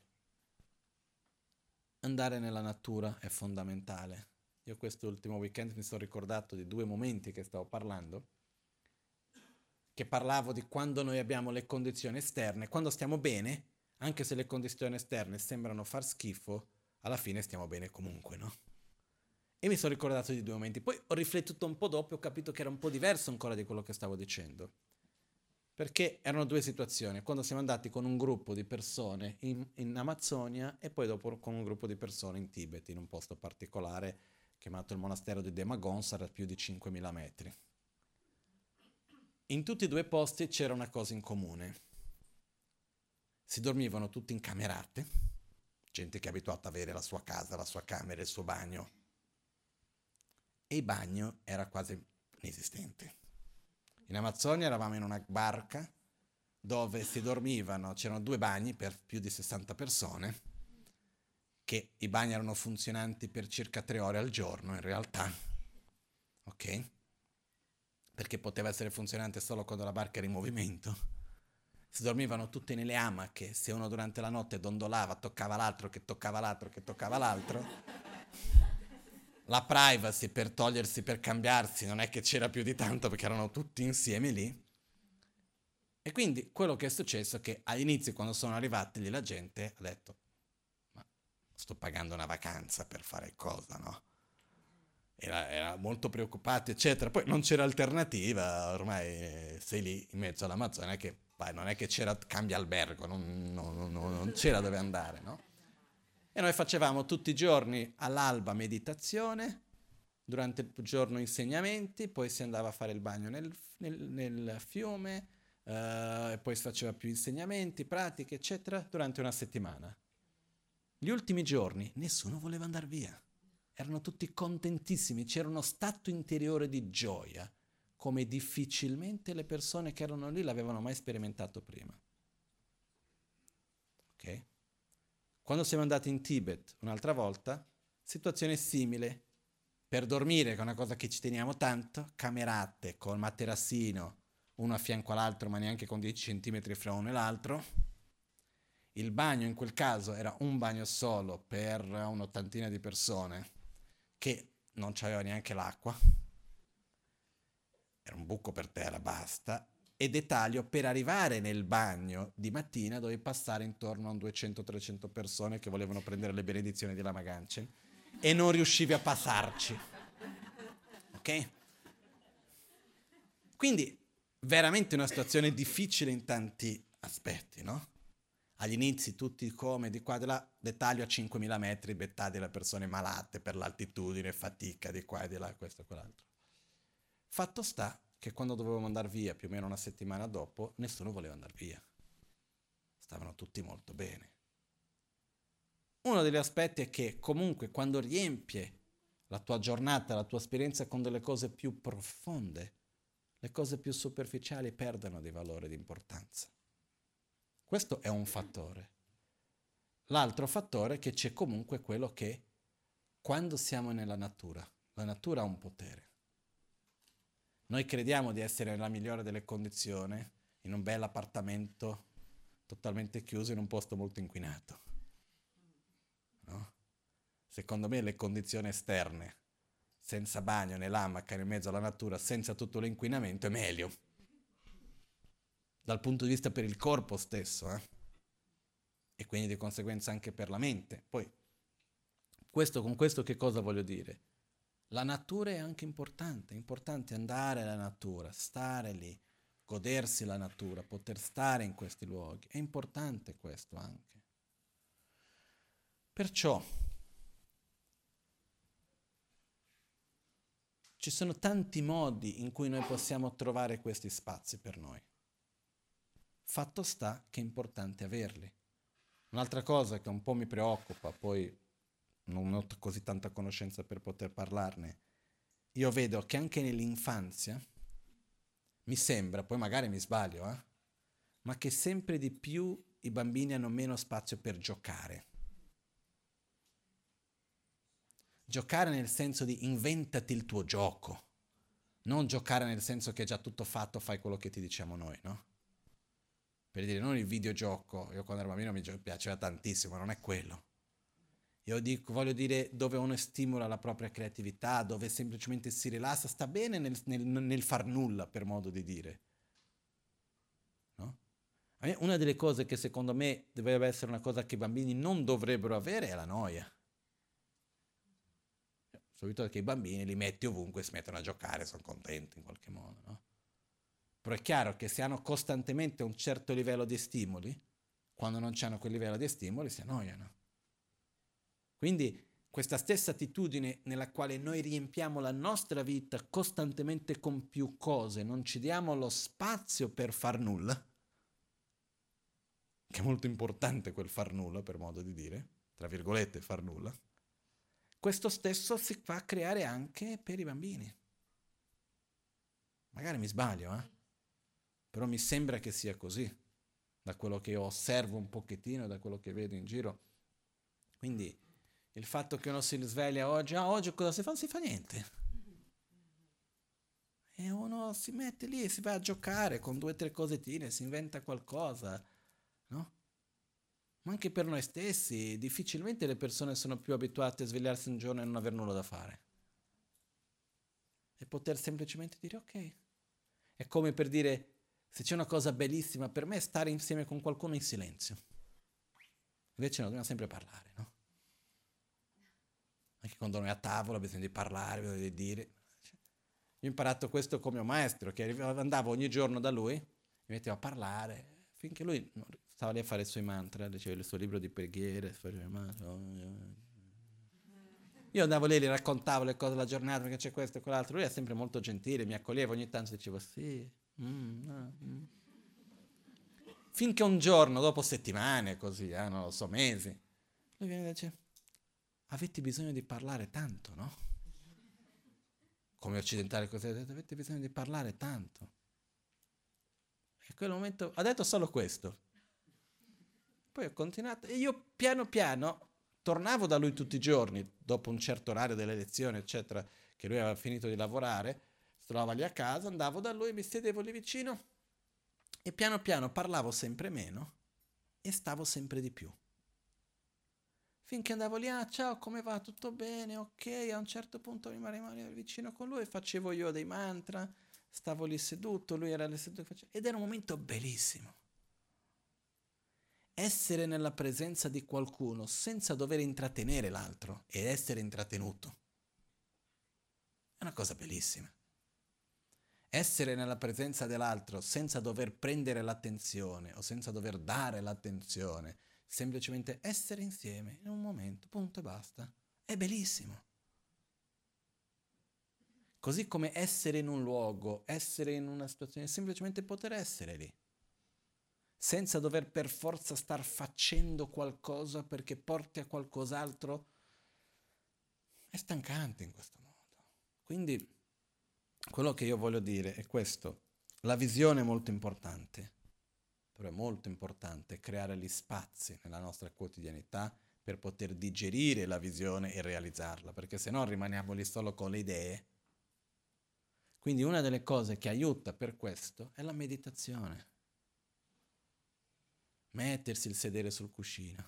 Andare nella natura è fondamentale. Io quest'ultimo weekend mi sono ricordato di 2 momenti che stavo parlando, che parlavo di quando noi abbiamo le condizioni esterne, quando stiamo bene, anche se le condizioni esterne sembrano far schifo, alla fine stiamo bene comunque, no? E mi sono ricordato di 2 momenti. Poi ho riflettuto un po' dopo e ho capito che era un po' diverso ancora di quello che stavo dicendo. Perché erano 2 situazioni. Quando siamo andati con un gruppo di persone in Amazzonia e poi dopo con un gruppo di persone in Tibet, in un posto particolare chiamato il monastero di Demagonsar a più di 5.000 metri. In tutti e 2 posti c'era una cosa in comune. Si dormivano tutti in camerate, gente che è abituata ad avere la sua casa, la sua camera, il suo bagno. E il bagno era quasi inesistente. In Amazzonia eravamo in una barca dove si dormivano, c'erano 2 bagni per più di 60 persone, che i bagni erano funzionanti per circa 3 ore al giorno in realtà, ok? Perché poteva essere funzionante solo quando la barca era in movimento. Si dormivano tutti nelle amache, se uno durante la notte dondolava, toccava l'altro, che toccava l'altro, che toccava l'altro. La privacy per togliersi, per cambiarsi, non è che c'era più di tanto perché erano tutti insieme lì. E quindi quello che è successo è che all'inizio, quando sono arrivati lì, la gente ha detto: ma sto pagando una vacanza per fare cosa, no? Era molto preoccupato, eccetera. Poi non c'era alternativa, ormai sei lì in mezzo all'Amazzonia, che non è che c'era cambia albergo, non c'era dove andare, no? E noi facevamo tutti i giorni all'alba meditazione, durante il giorno insegnamenti, poi si andava a fare il bagno nel fiume, e poi si faceva più insegnamenti, pratiche, eccetera, durante una settimana. Gli ultimi giorni nessuno voleva andare via. Erano tutti contentissimi, c'era uno stato interiore di gioia, come difficilmente le persone che erano lì l'avevano mai sperimentato prima. Ok? Quando siamo andati in Tibet un'altra volta, situazione simile. Per dormire, che è una cosa che ci teniamo tanto, camerate col materassino, uno a fianco all'altro, ma neanche con 10 centimetri fra uno e l'altro. Il bagno in quel caso era un bagno solo per un'ottantina di persone, che non c'aveva neanche l'acqua, era un buco per terra, basta. E dettaglio, per arrivare nel bagno di mattina dovevi passare intorno a 200-300 persone che volevano prendere le benedizioni di Lama Ganchen e non riuscivi a passarci. Ok? Quindi veramente una situazione difficile in tanti aspetti, no? Agli inizi tutti come di qua di là, dettaglio a 5.000 metri, bettati le persone malate per l'altitudine, fatica di qua e di là, questo e quell'altro. Fatto sta che quando dovevamo andare via, più o meno una settimana dopo, nessuno voleva andare via. Stavano tutti molto bene. Uno degli aspetti è che comunque quando riempie la tua giornata, la tua esperienza con delle cose più profonde, le cose più superficiali perdono di valore e di importanza. Questo è un fattore. L'altro fattore è che c'è comunque quello che quando siamo nella natura, la natura ha un potere. Noi crediamo di essere nella migliore delle condizioni, in un bel appartamento totalmente chiuso in un posto molto inquinato. No? Secondo me le condizioni esterne, senza bagno, nell'amaca, in mezzo alla natura, senza tutto l'inquinamento, è meglio. Dal punto di vista per il corpo stesso, E quindi di conseguenza anche per la mente. Poi Con questo che cosa voglio dire? La natura è anche importante, è importante andare alla natura, stare lì, godersi la natura, poter stare in questi luoghi, è importante questo anche. Perciò ci sono tanti modi in cui noi possiamo trovare questi spazi per noi. Fatto sta che è importante averli. Un'altra cosa che un po' mi preoccupa, poi non ho così tanta conoscenza per poter parlarne, io vedo che anche nell'infanzia, mi sembra, poi magari mi sbaglio, ma che sempre di più i bambini hanno meno spazio per giocare. Giocare nel senso di inventati il tuo gioco, non giocare nel senso che è già tutto fatto, fai quello che ti diciamo noi, no? Per dire, non il videogioco, io quando ero bambino mi piaceva tantissimo, non è quello. Io voglio dire dove uno stimola la propria creatività, dove semplicemente si rilassa, sta bene nel far nulla, per modo di dire. No? Una delle cose che secondo me dovrebbe essere una cosa che i bambini non dovrebbero avere è la noia. Solito che i bambini li metti ovunque, si mettono a giocare, sono contenti in qualche modo, no? Però è chiaro che se hanno costantemente un certo livello di stimoli, quando non hanno quel livello di stimoli si annoiano. Quindi questa stessa attitudine nella quale noi riempiamo la nostra vita costantemente con più cose, non ci diamo lo spazio per far nulla, che è molto importante quel far nulla, per modo di dire, tra virgolette far nulla, questo stesso si fa creare anche per i bambini. Magari mi sbaglio, però mi sembra che sia così, da quello che io osservo un pochettino, da quello che vedo in giro. Quindi il fatto che uno si sveglia oggi, oggi cosa si fa? Non si fa niente. E uno si mette lì e si va a giocare con 2 o 3 cosettine, si inventa qualcosa, no? Ma anche per noi stessi, difficilmente le persone sono più abituate a svegliarsi un giorno e non aver nulla da fare. E poter semplicemente dire ok. È come per dire, se c'è una cosa bellissima per me è stare insieme con qualcuno in silenzio. Invece noi dobbiamo sempre parlare, no? Anche quando noi a tavola bisogna di parlare, bisogna di dire. Io ho imparato questo con mio maestro, che andavo ogni giorno da lui, mi mettevo a parlare, finché lui stava lì a fare i suoi mantra, diceva il suo libro di preghiere, io andavo lì e gli raccontavo le cose della giornata, perché c'è questo e quell'altro, lui era sempre molto gentile, mi accoglieva, ogni tanto dicevo sì, finché un giorno, dopo settimane così, non lo so, mesi, lui viene e dice, avete bisogno di parlare tanto, no? Come occidentali così, avete bisogno di parlare tanto. E in quel momento ha detto solo questo. Poi ho continuato e io piano piano tornavo da lui tutti i giorni, dopo un certo orario delle lezioni, eccetera, che lui aveva finito di lavorare, si trovava lì a casa, andavo da lui, mi sedevo lì vicino e piano piano parlavo sempre meno e stavo sempre di più. Finché andavo lì, ciao, come va? Tutto bene? Ok, a un certo punto mi rimanevo vicino con lui, facevo io dei mantra, stavo lì seduto, lui era lì seduto, ed era un momento bellissimo. Essere nella presenza di qualcuno senza dover intrattenere l'altro ed essere intrattenuto è una cosa bellissima. Essere nella presenza dell'altro senza dover prendere l'attenzione o senza dover dare l'attenzione, semplicemente essere insieme in un momento, punto e basta, è bellissimo. Così come essere in un luogo, essere in una situazione, semplicemente poter essere lì, senza dover per forza star facendo qualcosa perché porti a qualcos'altro, è stancante in questo modo. Quindi quello che io voglio dire è questo, la visione è molto importante, però è molto importante creare gli spazi nella nostra quotidianità per poter digerire la visione e realizzarla, perché se no rimaniamo lì solo con le idee. Quindi una delle cose che aiuta per questo è la meditazione. Mettersi il sedere sul cuscino.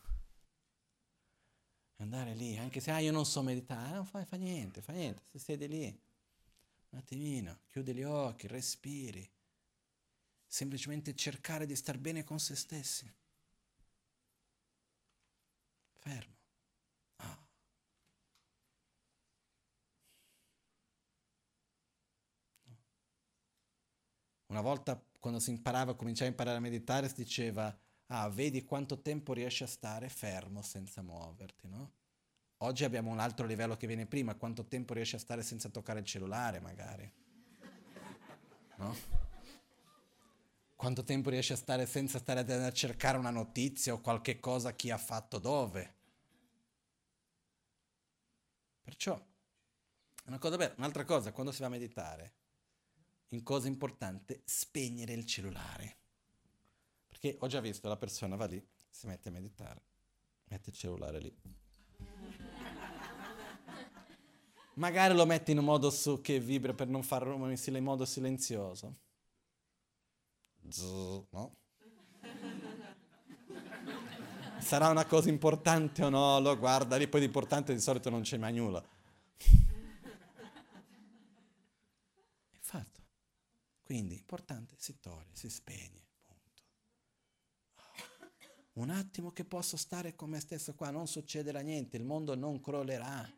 Andare lì, anche se io non so meditare, non fa niente, si siede lì. Un attimino, chiude gli occhi, respiri. Semplicemente cercare di star bene con se stessi. Fermo. Una volta quando cominciava a imparare a meditare, si diceva, ah, vedi quanto tempo riesci a stare fermo senza muoverti, no? Oggi abbiamo un altro livello che viene prima, quanto tempo riesci a stare senza toccare il cellulare, magari, no? Quanto tempo riesci a stare senza stare a cercare una notizia o qualche cosa chi ha fatto dove. Perciò, una cosa bella, un'altra cosa, quando si va a meditare, in cosa importante, spegnere il cellulare. Perché ho già visto la persona va lì, si mette a meditare, mette il cellulare lì. Magari lo mette in un modo che vibra per non far rumore in modo silenzioso. Zzz, no? Sarà una cosa importante o no? Lo guarda lì, poi di importante di solito non c'è mai nulla. È fatto. Quindi, importante, si toglie, si spegne. Un attimo che posso stare con me stesso qua, non succederà niente, il mondo non crollerà.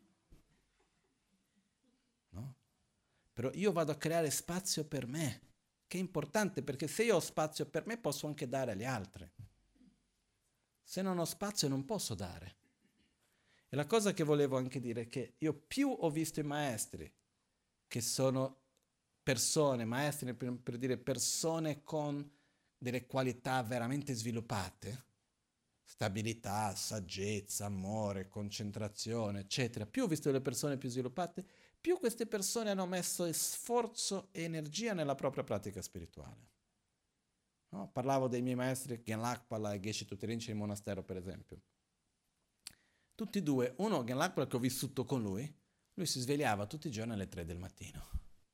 No? Però io vado a creare spazio per me, che è importante perché se io ho spazio per me posso anche dare agli altri. Se non ho spazio non posso dare. E la cosa che volevo anche dire è che io più ho visto i maestri, che sono persone, maestri per dire persone con delle qualità veramente sviluppate, stabilità, saggezza, amore, concentrazione, eccetera. Più ho visto delle persone più sviluppate, più queste persone hanno messo sforzo e energia nella propria pratica spirituale. No? Parlavo dei miei maestri Genlakpala e Geshe Tutirinchen in monastero, per esempio. Tutti e due, uno Genlakpala che ho vissuto con lui si svegliava tutti i giorni alle 3 del mattino.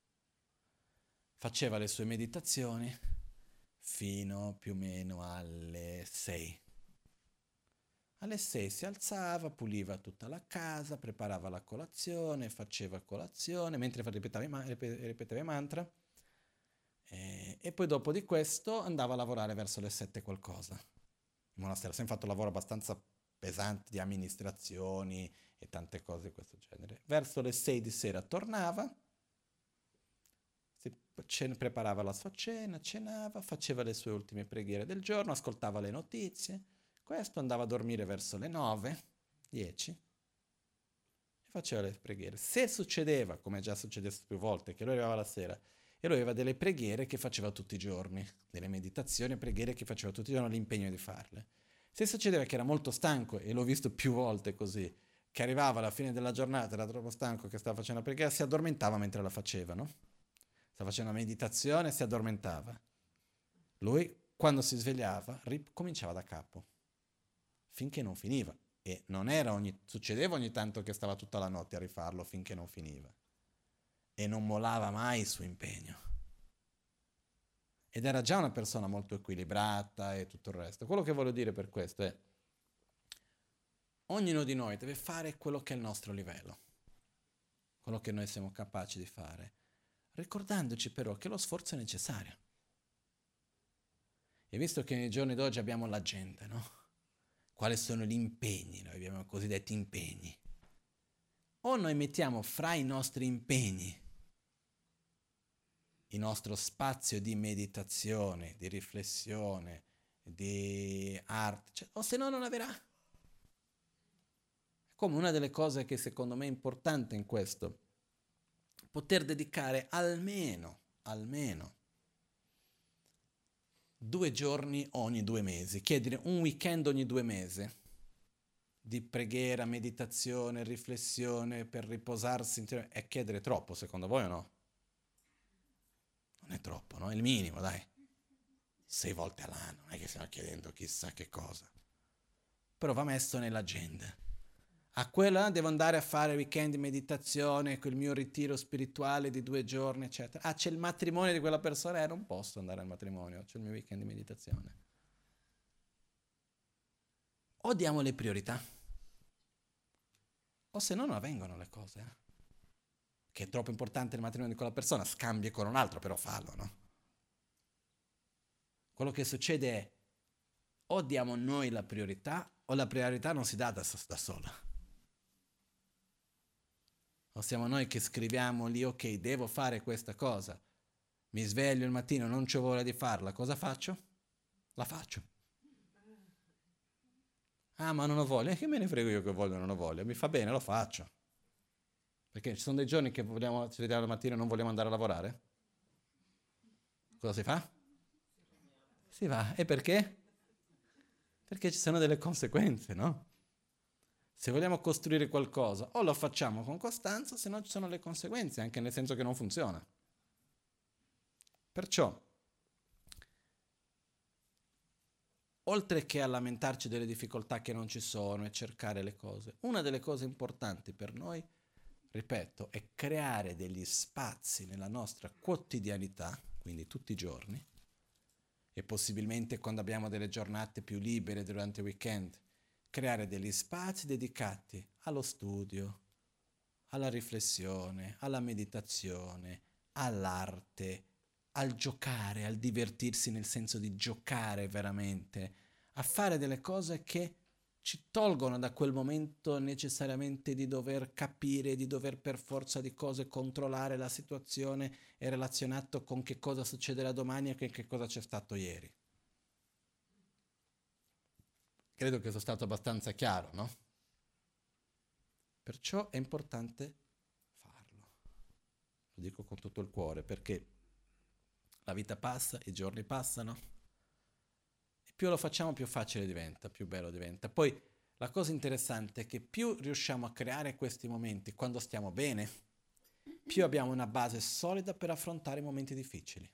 Faceva le sue meditazioni fino più o meno alle 6. Alle 6 si alzava, puliva tutta la casa, preparava la colazione, faceva colazione, mentre ripeteva i mantra. E poi dopo di questo andava a lavorare verso le 7 qualcosa. In monastero, sempre fatto lavoro abbastanza pesante di amministrazioni e tante cose di questo genere. Verso le 6 di sera tornava, preparava la sua cena, cenava, faceva le sue ultime preghiere del giorno, ascoltava le notizie. Questo andava a dormire verso le 9, 10 e faceva le preghiere. Se succedeva, come è già successo più volte, che lui arrivava la sera e lui aveva delle preghiere che faceva tutti i giorni, delle meditazioni e preghiere che faceva tutti i giorni, l'impegno di farle. Se succedeva che era molto stanco, e l'ho visto più volte così, che arrivava alla fine della giornata, era troppo stanco che stava facendo la preghiera, si addormentava mentre la faceva, no? Stava facendo una meditazione e si addormentava. Lui, quando si svegliava, ricominciava da capo, finché non finiva. E non era succedeva ogni tanto che stava tutta la notte a rifarlo finché non finiva. E non mollava mai il suo impegno. Ed era già una persona molto equilibrata e tutto il resto. Quello che voglio dire per questo è, ognuno di noi deve fare quello che è il nostro livello, quello che noi siamo capaci di fare, ricordandoci però che lo sforzo è necessario. E visto che nei giorni d'oggi abbiamo l'agenda, no? Quali sono gli impegni? Noi abbiamo i cosiddetti impegni. O noi mettiamo fra i nostri impegni il nostro spazio di meditazione, di riflessione, di arte, cioè, o se no non avverrà. Come una delle cose che secondo me è importante in questo, poter dedicare almeno 2 giorni ogni 2 mesi, chiedere un weekend ogni 2 mesi di preghiera, meditazione, riflessione per riposarsi, è chiedere troppo secondo voi o no? Non è troppo, no? È il minimo, dai. 6 volte all'anno, non è che stiamo chiedendo chissà che cosa. Però va messo nell'agenda. A quella devo andare a fare weekend di meditazione, quel mio ritiro spirituale di 2 giorni, eccetera. Ah, c'è il matrimonio di quella persona, non posso andare al matrimonio, c'è il mio weekend di meditazione. O diamo le priorità, o se no non avvengono le cose. Che è troppo importante il matrimonio di quella persona, scambia con un altro, però fallo, no? Quello che succede è, o diamo noi la priorità, o la priorità non si dà da sola. O siamo noi che scriviamo lì, ok, devo fare questa cosa, Mi sveglio il mattino, non c'ho voglia di farla, cosa faccio? La faccio. Ah, ma non ho voglia. Che me ne frego io che voglio o non ho voglia? Mi fa bene, lo faccio. Perché ci sono dei giorni che vogliamo, ci vediamo la mattina e non vogliamo andare a lavorare? Cosa si fa? Si va. E perché? Perché ci sono delle conseguenze, no? Se vogliamo costruire qualcosa, o lo facciamo con costanza, se no ci sono le conseguenze, anche nel senso che non funziona. Perciò, oltre che a lamentarci delle difficoltà che non ci sono e cercare le cose, una delle cose importanti per noi, ripeto, è creare degli spazi nella nostra quotidianità, quindi tutti i giorni, e possibilmente quando abbiamo delle giornate più libere durante il weekend, creare degli spazi dedicati allo studio, alla riflessione, alla meditazione, all'arte, al giocare, al divertirsi nel senso di giocare veramente, a fare delle cose che ci tolgono da quel momento necessariamente di dover capire, di dover per forza di cose controllare la situazione e relazionato con che cosa succederà domani e che cosa c'è stato ieri. Credo che sia stato abbastanza chiaro, no? Perciò è importante farlo. Lo dico con tutto il cuore perché la vita passa, i giorni passano e più lo facciamo più facile diventa, più bello diventa. Poi la cosa interessante è che più riusciamo a creare questi momenti quando stiamo bene, più abbiamo una base solida per affrontare i momenti difficili.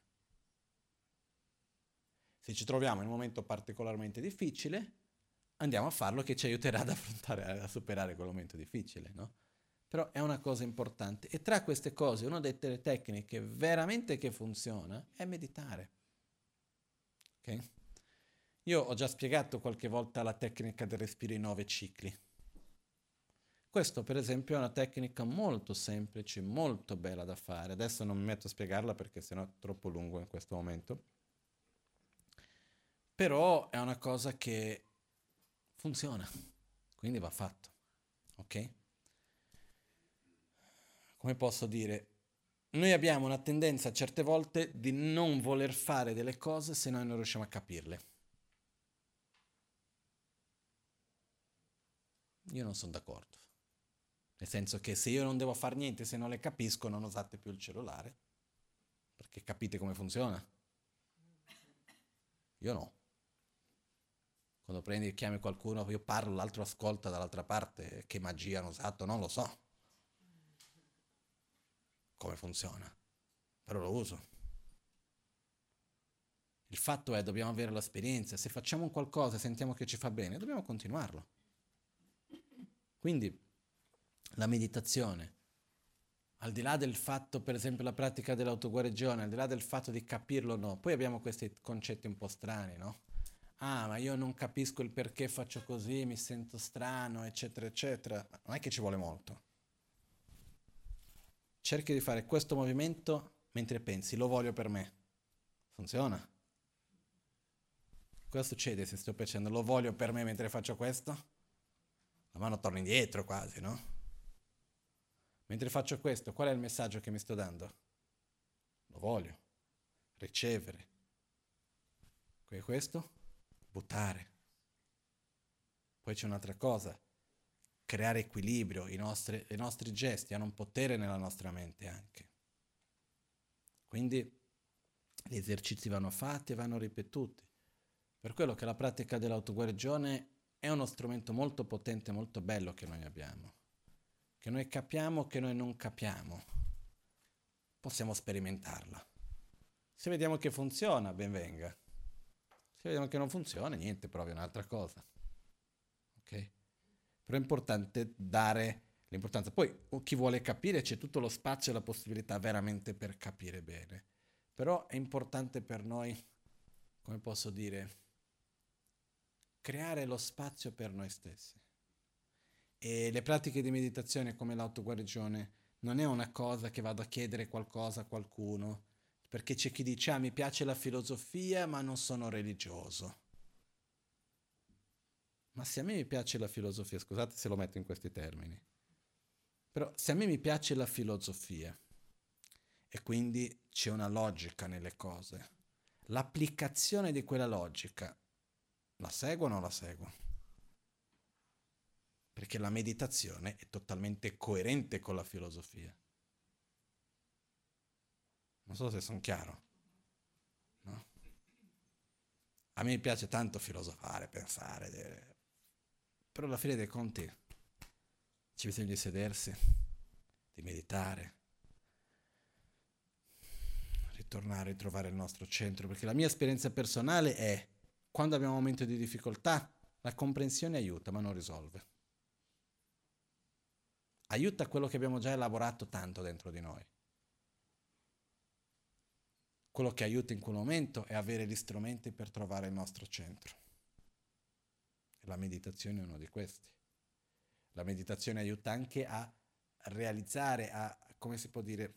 Se ci troviamo in un momento particolarmente difficile, andiamo a farlo che ci aiuterà ad affrontare, a superare quel momento difficile, no? Però è una cosa importante. E tra queste cose, una delle tecniche veramente che funziona è meditare. Ok? Io ho già spiegato qualche volta la tecnica del respiro in 9 cicli. Questo, per esempio, è una tecnica molto semplice, molto bella da fare. Adesso non mi metto a spiegarla perché sennò è troppo lungo in questo momento. Però è una cosa che funziona, quindi va fatto. Ok? Come posso dire? Noi abbiamo una tendenza certe volte di non voler fare delle cose se noi non riusciamo a capirle. Io non sono d'accordo. Nel senso che se io non devo fare niente, se non le capisco, non usate più il cellulare. Perché capite come funziona? Io no. Quando prendi e chiami qualcuno, io parlo, l'altro ascolta dall'altra parte. Che magia hanno usato? Non lo so. Come funziona. Però lo uso. Il fatto è dobbiamo avere l'esperienza. Se facciamo un qualcosa e sentiamo che ci fa bene, dobbiamo continuarlo. Quindi la meditazione, al di là del fatto, per esempio, la pratica dell'autoguarigione, al di là del fatto di capirlo o no, poi abbiamo questi concetti un po' strani, no? Ah, ma io non capisco il perché faccio così, mi sento strano, eccetera, eccetera. Ma non è che ci vuole molto. Cerchi di fare questo movimento mentre pensi, lo voglio per me. Funziona? Cosa succede se sto facendo lo voglio per me mentre faccio questo? La mano torna indietro quasi, no? Mentre faccio questo, qual è il messaggio che mi sto dando? Lo voglio. Ricevere. Questo? Buttare. Poi c'è un'altra cosa. Creare equilibrio. I nostri gesti hanno un potere nella nostra mente anche. Quindi gli esercizi vanno fatti e vanno ripetuti. Per quello che la pratica dell'autoguarigione è uno strumento molto potente, molto bello che noi abbiamo. Che noi capiamo, che noi non capiamo. Possiamo sperimentarla. Se vediamo che funziona, ben venga. Se vediamo che non funziona, niente, provi un'altra cosa. Ok? Però è importante dare l'importanza. Poi chi vuole capire c'è tutto lo spazio e la possibilità veramente per capire bene. Però è importante per noi, come posso dire, creare lo spazio per noi stessi. E le pratiche di meditazione come l'autoguarigione non è una cosa che vado a chiedere qualcosa a qualcuno, perché c'è chi dice, ah, mi piace la filosofia, ma non sono religioso. Ma se a me mi piace la filosofia, scusate se lo metto in questi termini, però se a me mi piace la filosofia e quindi c'è una logica nelle cose. L'applicazione di quella logica la seguo o non la seguo? Perché la meditazione è totalmente coerente con la filosofia. Non so se sono chiaro, no? A me piace tanto filosofare, pensare, però alla fine dei conti c'è bisogno di sedersi, di meditare, ritornare a trovare il nostro centro, perché la mia esperienza personale è, quando abbiamo un momento di difficoltà, la comprensione aiuta, ma non risolve. Aiuta quello che abbiamo già elaborato tanto dentro di noi. Quello che aiuta in quel momento è avere gli strumenti per trovare il nostro centro. E la meditazione è uno di questi. La meditazione aiuta anche a realizzare, come si può dire,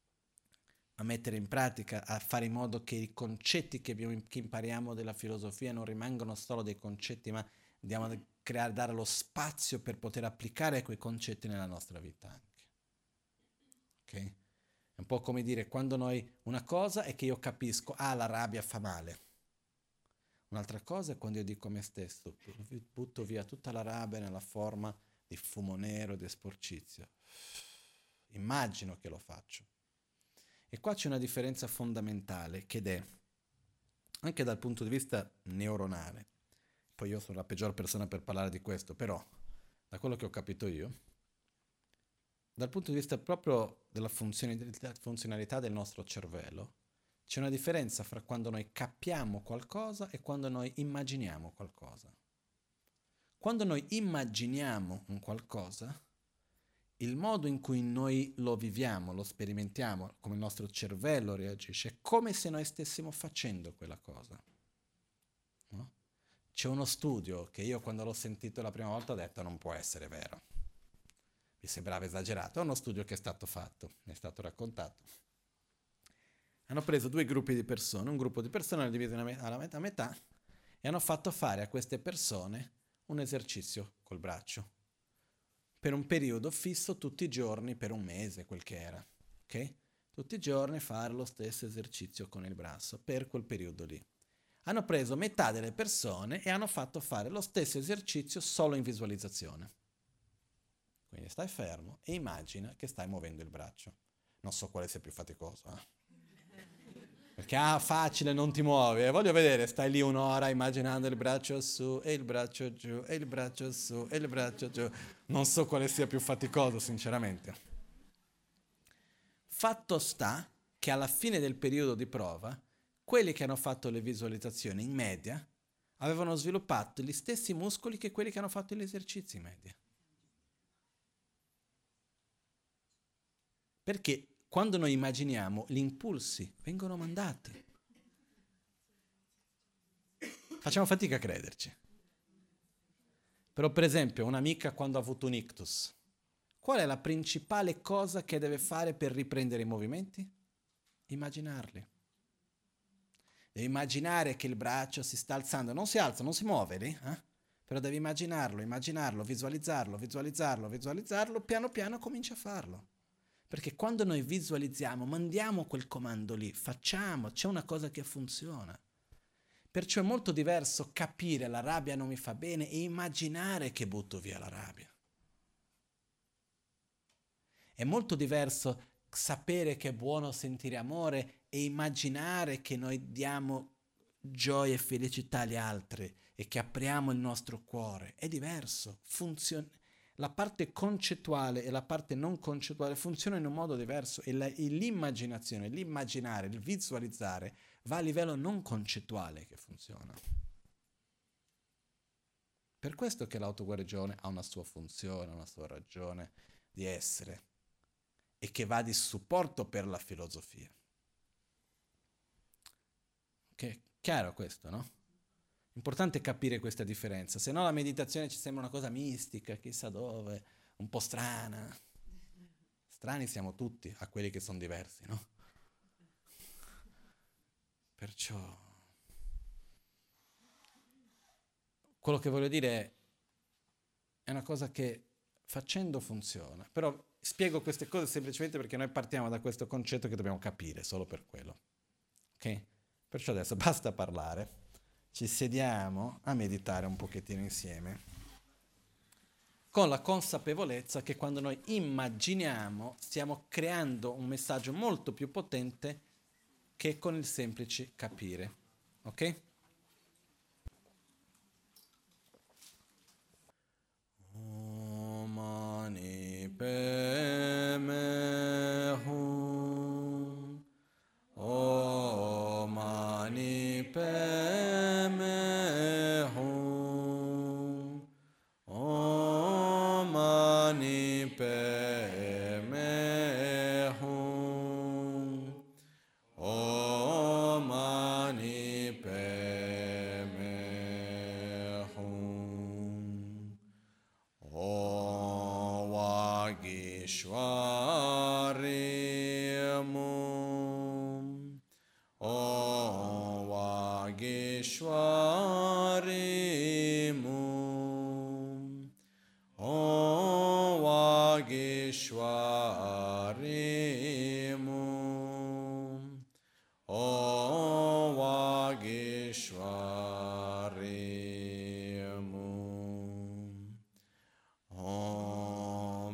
a mettere in pratica, a fare in modo che i concetti che impariamo della filosofia non rimangano solo dei concetti, ma andiamo a dare lo spazio per poter applicare quei concetti nella nostra vita anche. Ok? È un po' come dire, quando una cosa è che io capisco, la rabbia fa male. Un'altra cosa è quando io dico a me stesso, butto via tutta la rabbia nella forma di fumo nero, di sporcizia. Immagino che lo faccio. E qua c'è una differenza fondamentale, che è, anche dal punto di vista neuronale, poi io sono la peggior persona per parlare di questo, però da quello che ho capito io, dal punto di vista proprio della funzionalità del nostro cervello, c'è una differenza fra quando noi capiamo qualcosa e quando noi immaginiamo qualcosa. Quando noi immaginiamo un qualcosa, il modo in cui noi lo viviamo, lo sperimentiamo, come il nostro cervello reagisce, è come se noi stessimo facendo quella cosa. No? C'è uno studio che io quando l'ho sentito la prima volta ho detto non può essere vero. Mi sembrava esagerato. È uno studio che è stato fatto, mi è stato raccontato. Hanno preso due gruppi di persone, un gruppo di persone l'hanno diviso a metà e hanno fatto fare a queste persone un esercizio col braccio per un periodo fisso tutti i giorni per un mese, quel che era, ok? Tutti i giorni fare lo stesso esercizio con il braccio per quel periodo lì. Hanno preso metà delle persone e hanno fatto fare lo stesso esercizio solo in visualizzazione. Quindi stai fermo e immagina che stai muovendo il braccio. Non so quale sia più faticoso, Perché facile, non ti muovi. Voglio vedere, stai lì un'ora immaginando il braccio su e il braccio giù e il braccio su e il braccio giù. Non so quale sia più faticoso, sinceramente. Fatto sta che alla fine del periodo di prova, quelli che hanno fatto le visualizzazioni in media avevano sviluppato gli stessi muscoli che quelli che hanno fatto gli esercizi in media. Perché quando noi immaginiamo, gli impulsi vengono mandati. Facciamo fatica a crederci. Però per esempio un'amica quando ha avuto un ictus, qual è la principale cosa che deve fare per riprendere i movimenti? Immaginarli. Devi immaginare che il braccio si sta alzando, non si alza, non si muove lì, però devi immaginarlo, visualizzarlo, piano piano comincia a farlo. Perché quando noi visualizziamo, mandiamo quel comando lì, facciamo, c'è una cosa che funziona. Perciò è molto diverso capire la rabbia non mi fa bene e immaginare che butto via la rabbia. È molto diverso sapere che è buono sentire amore e immaginare che noi diamo gioia e felicità agli altri e che apriamo il nostro cuore. È diverso, la parte concettuale e la parte non concettuale funzionano in un modo diverso e l'immaginazione, l'immaginare, il visualizzare va a livello non concettuale che funziona. Per questo che l'autoguarigione ha una sua funzione, una sua ragione di essere e che va di supporto per la filosofia. Che è chiaro questo, no? Importante capire questa differenza, se no la meditazione ci sembra una cosa mistica, chissà dove, un po' strana. Strani siamo tutti a quelli che sono diversi, no? Perciò quello che voglio dire è una cosa che facendo funziona, però spiego queste cose semplicemente perché noi partiamo da questo concetto che dobbiamo capire, solo per quello. Ok? Perciò adesso basta parlare, ci sediamo a meditare un pochettino insieme, con la consapevolezza che quando noi immaginiamo stiamo creando un messaggio molto più potente che con il semplice capire. Ok? Mani Padme Hum. Om Mani Padme Hum. Om Mani Padme Hum. Om Mani Padme Hum. Om Vagishvari Mum. Om Vagishvari Mum. Om Vagishvari Mum. Om Vagishvari Mum. Om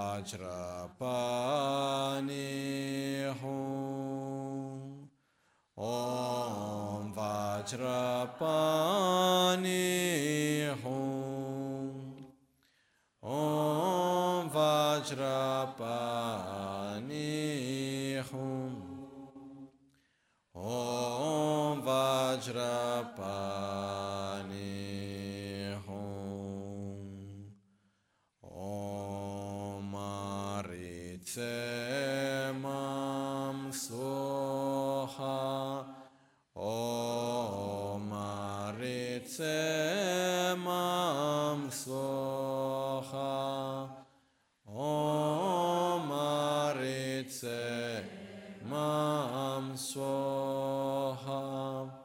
Vajrapani Hum. Om Vajrapani Hum. Om Vajrapani Hum. Om Vajrapani Hum. Om Maritse Mam Soha. Om Maritse Mam Soha. Om Maritse Mam Soha.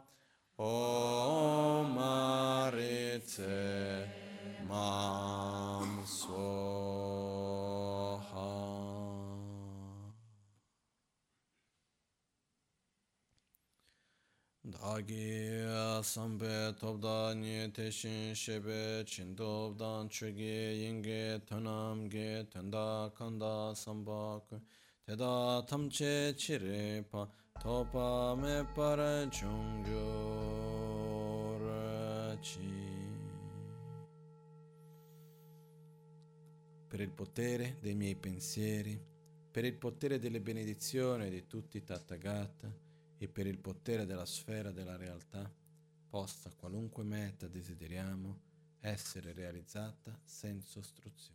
Om Maritse Mam Soha. Dagi Sambe Tobda Nye Teshin Shebe Chindobdan Chuge Yinge Tonam Ge Tenda Kanda Sambak Teda Tamche Chirepa Topa Me Para Chungyorachi. Per il potere dei miei pensieri, per il potere delle benedizioni di tutti i Tathagata e per il potere della sfera della realtà, possa qualunque meta desideriamo essere realizzata senza ostruzione.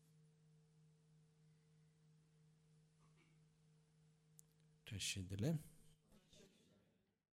Crescedele.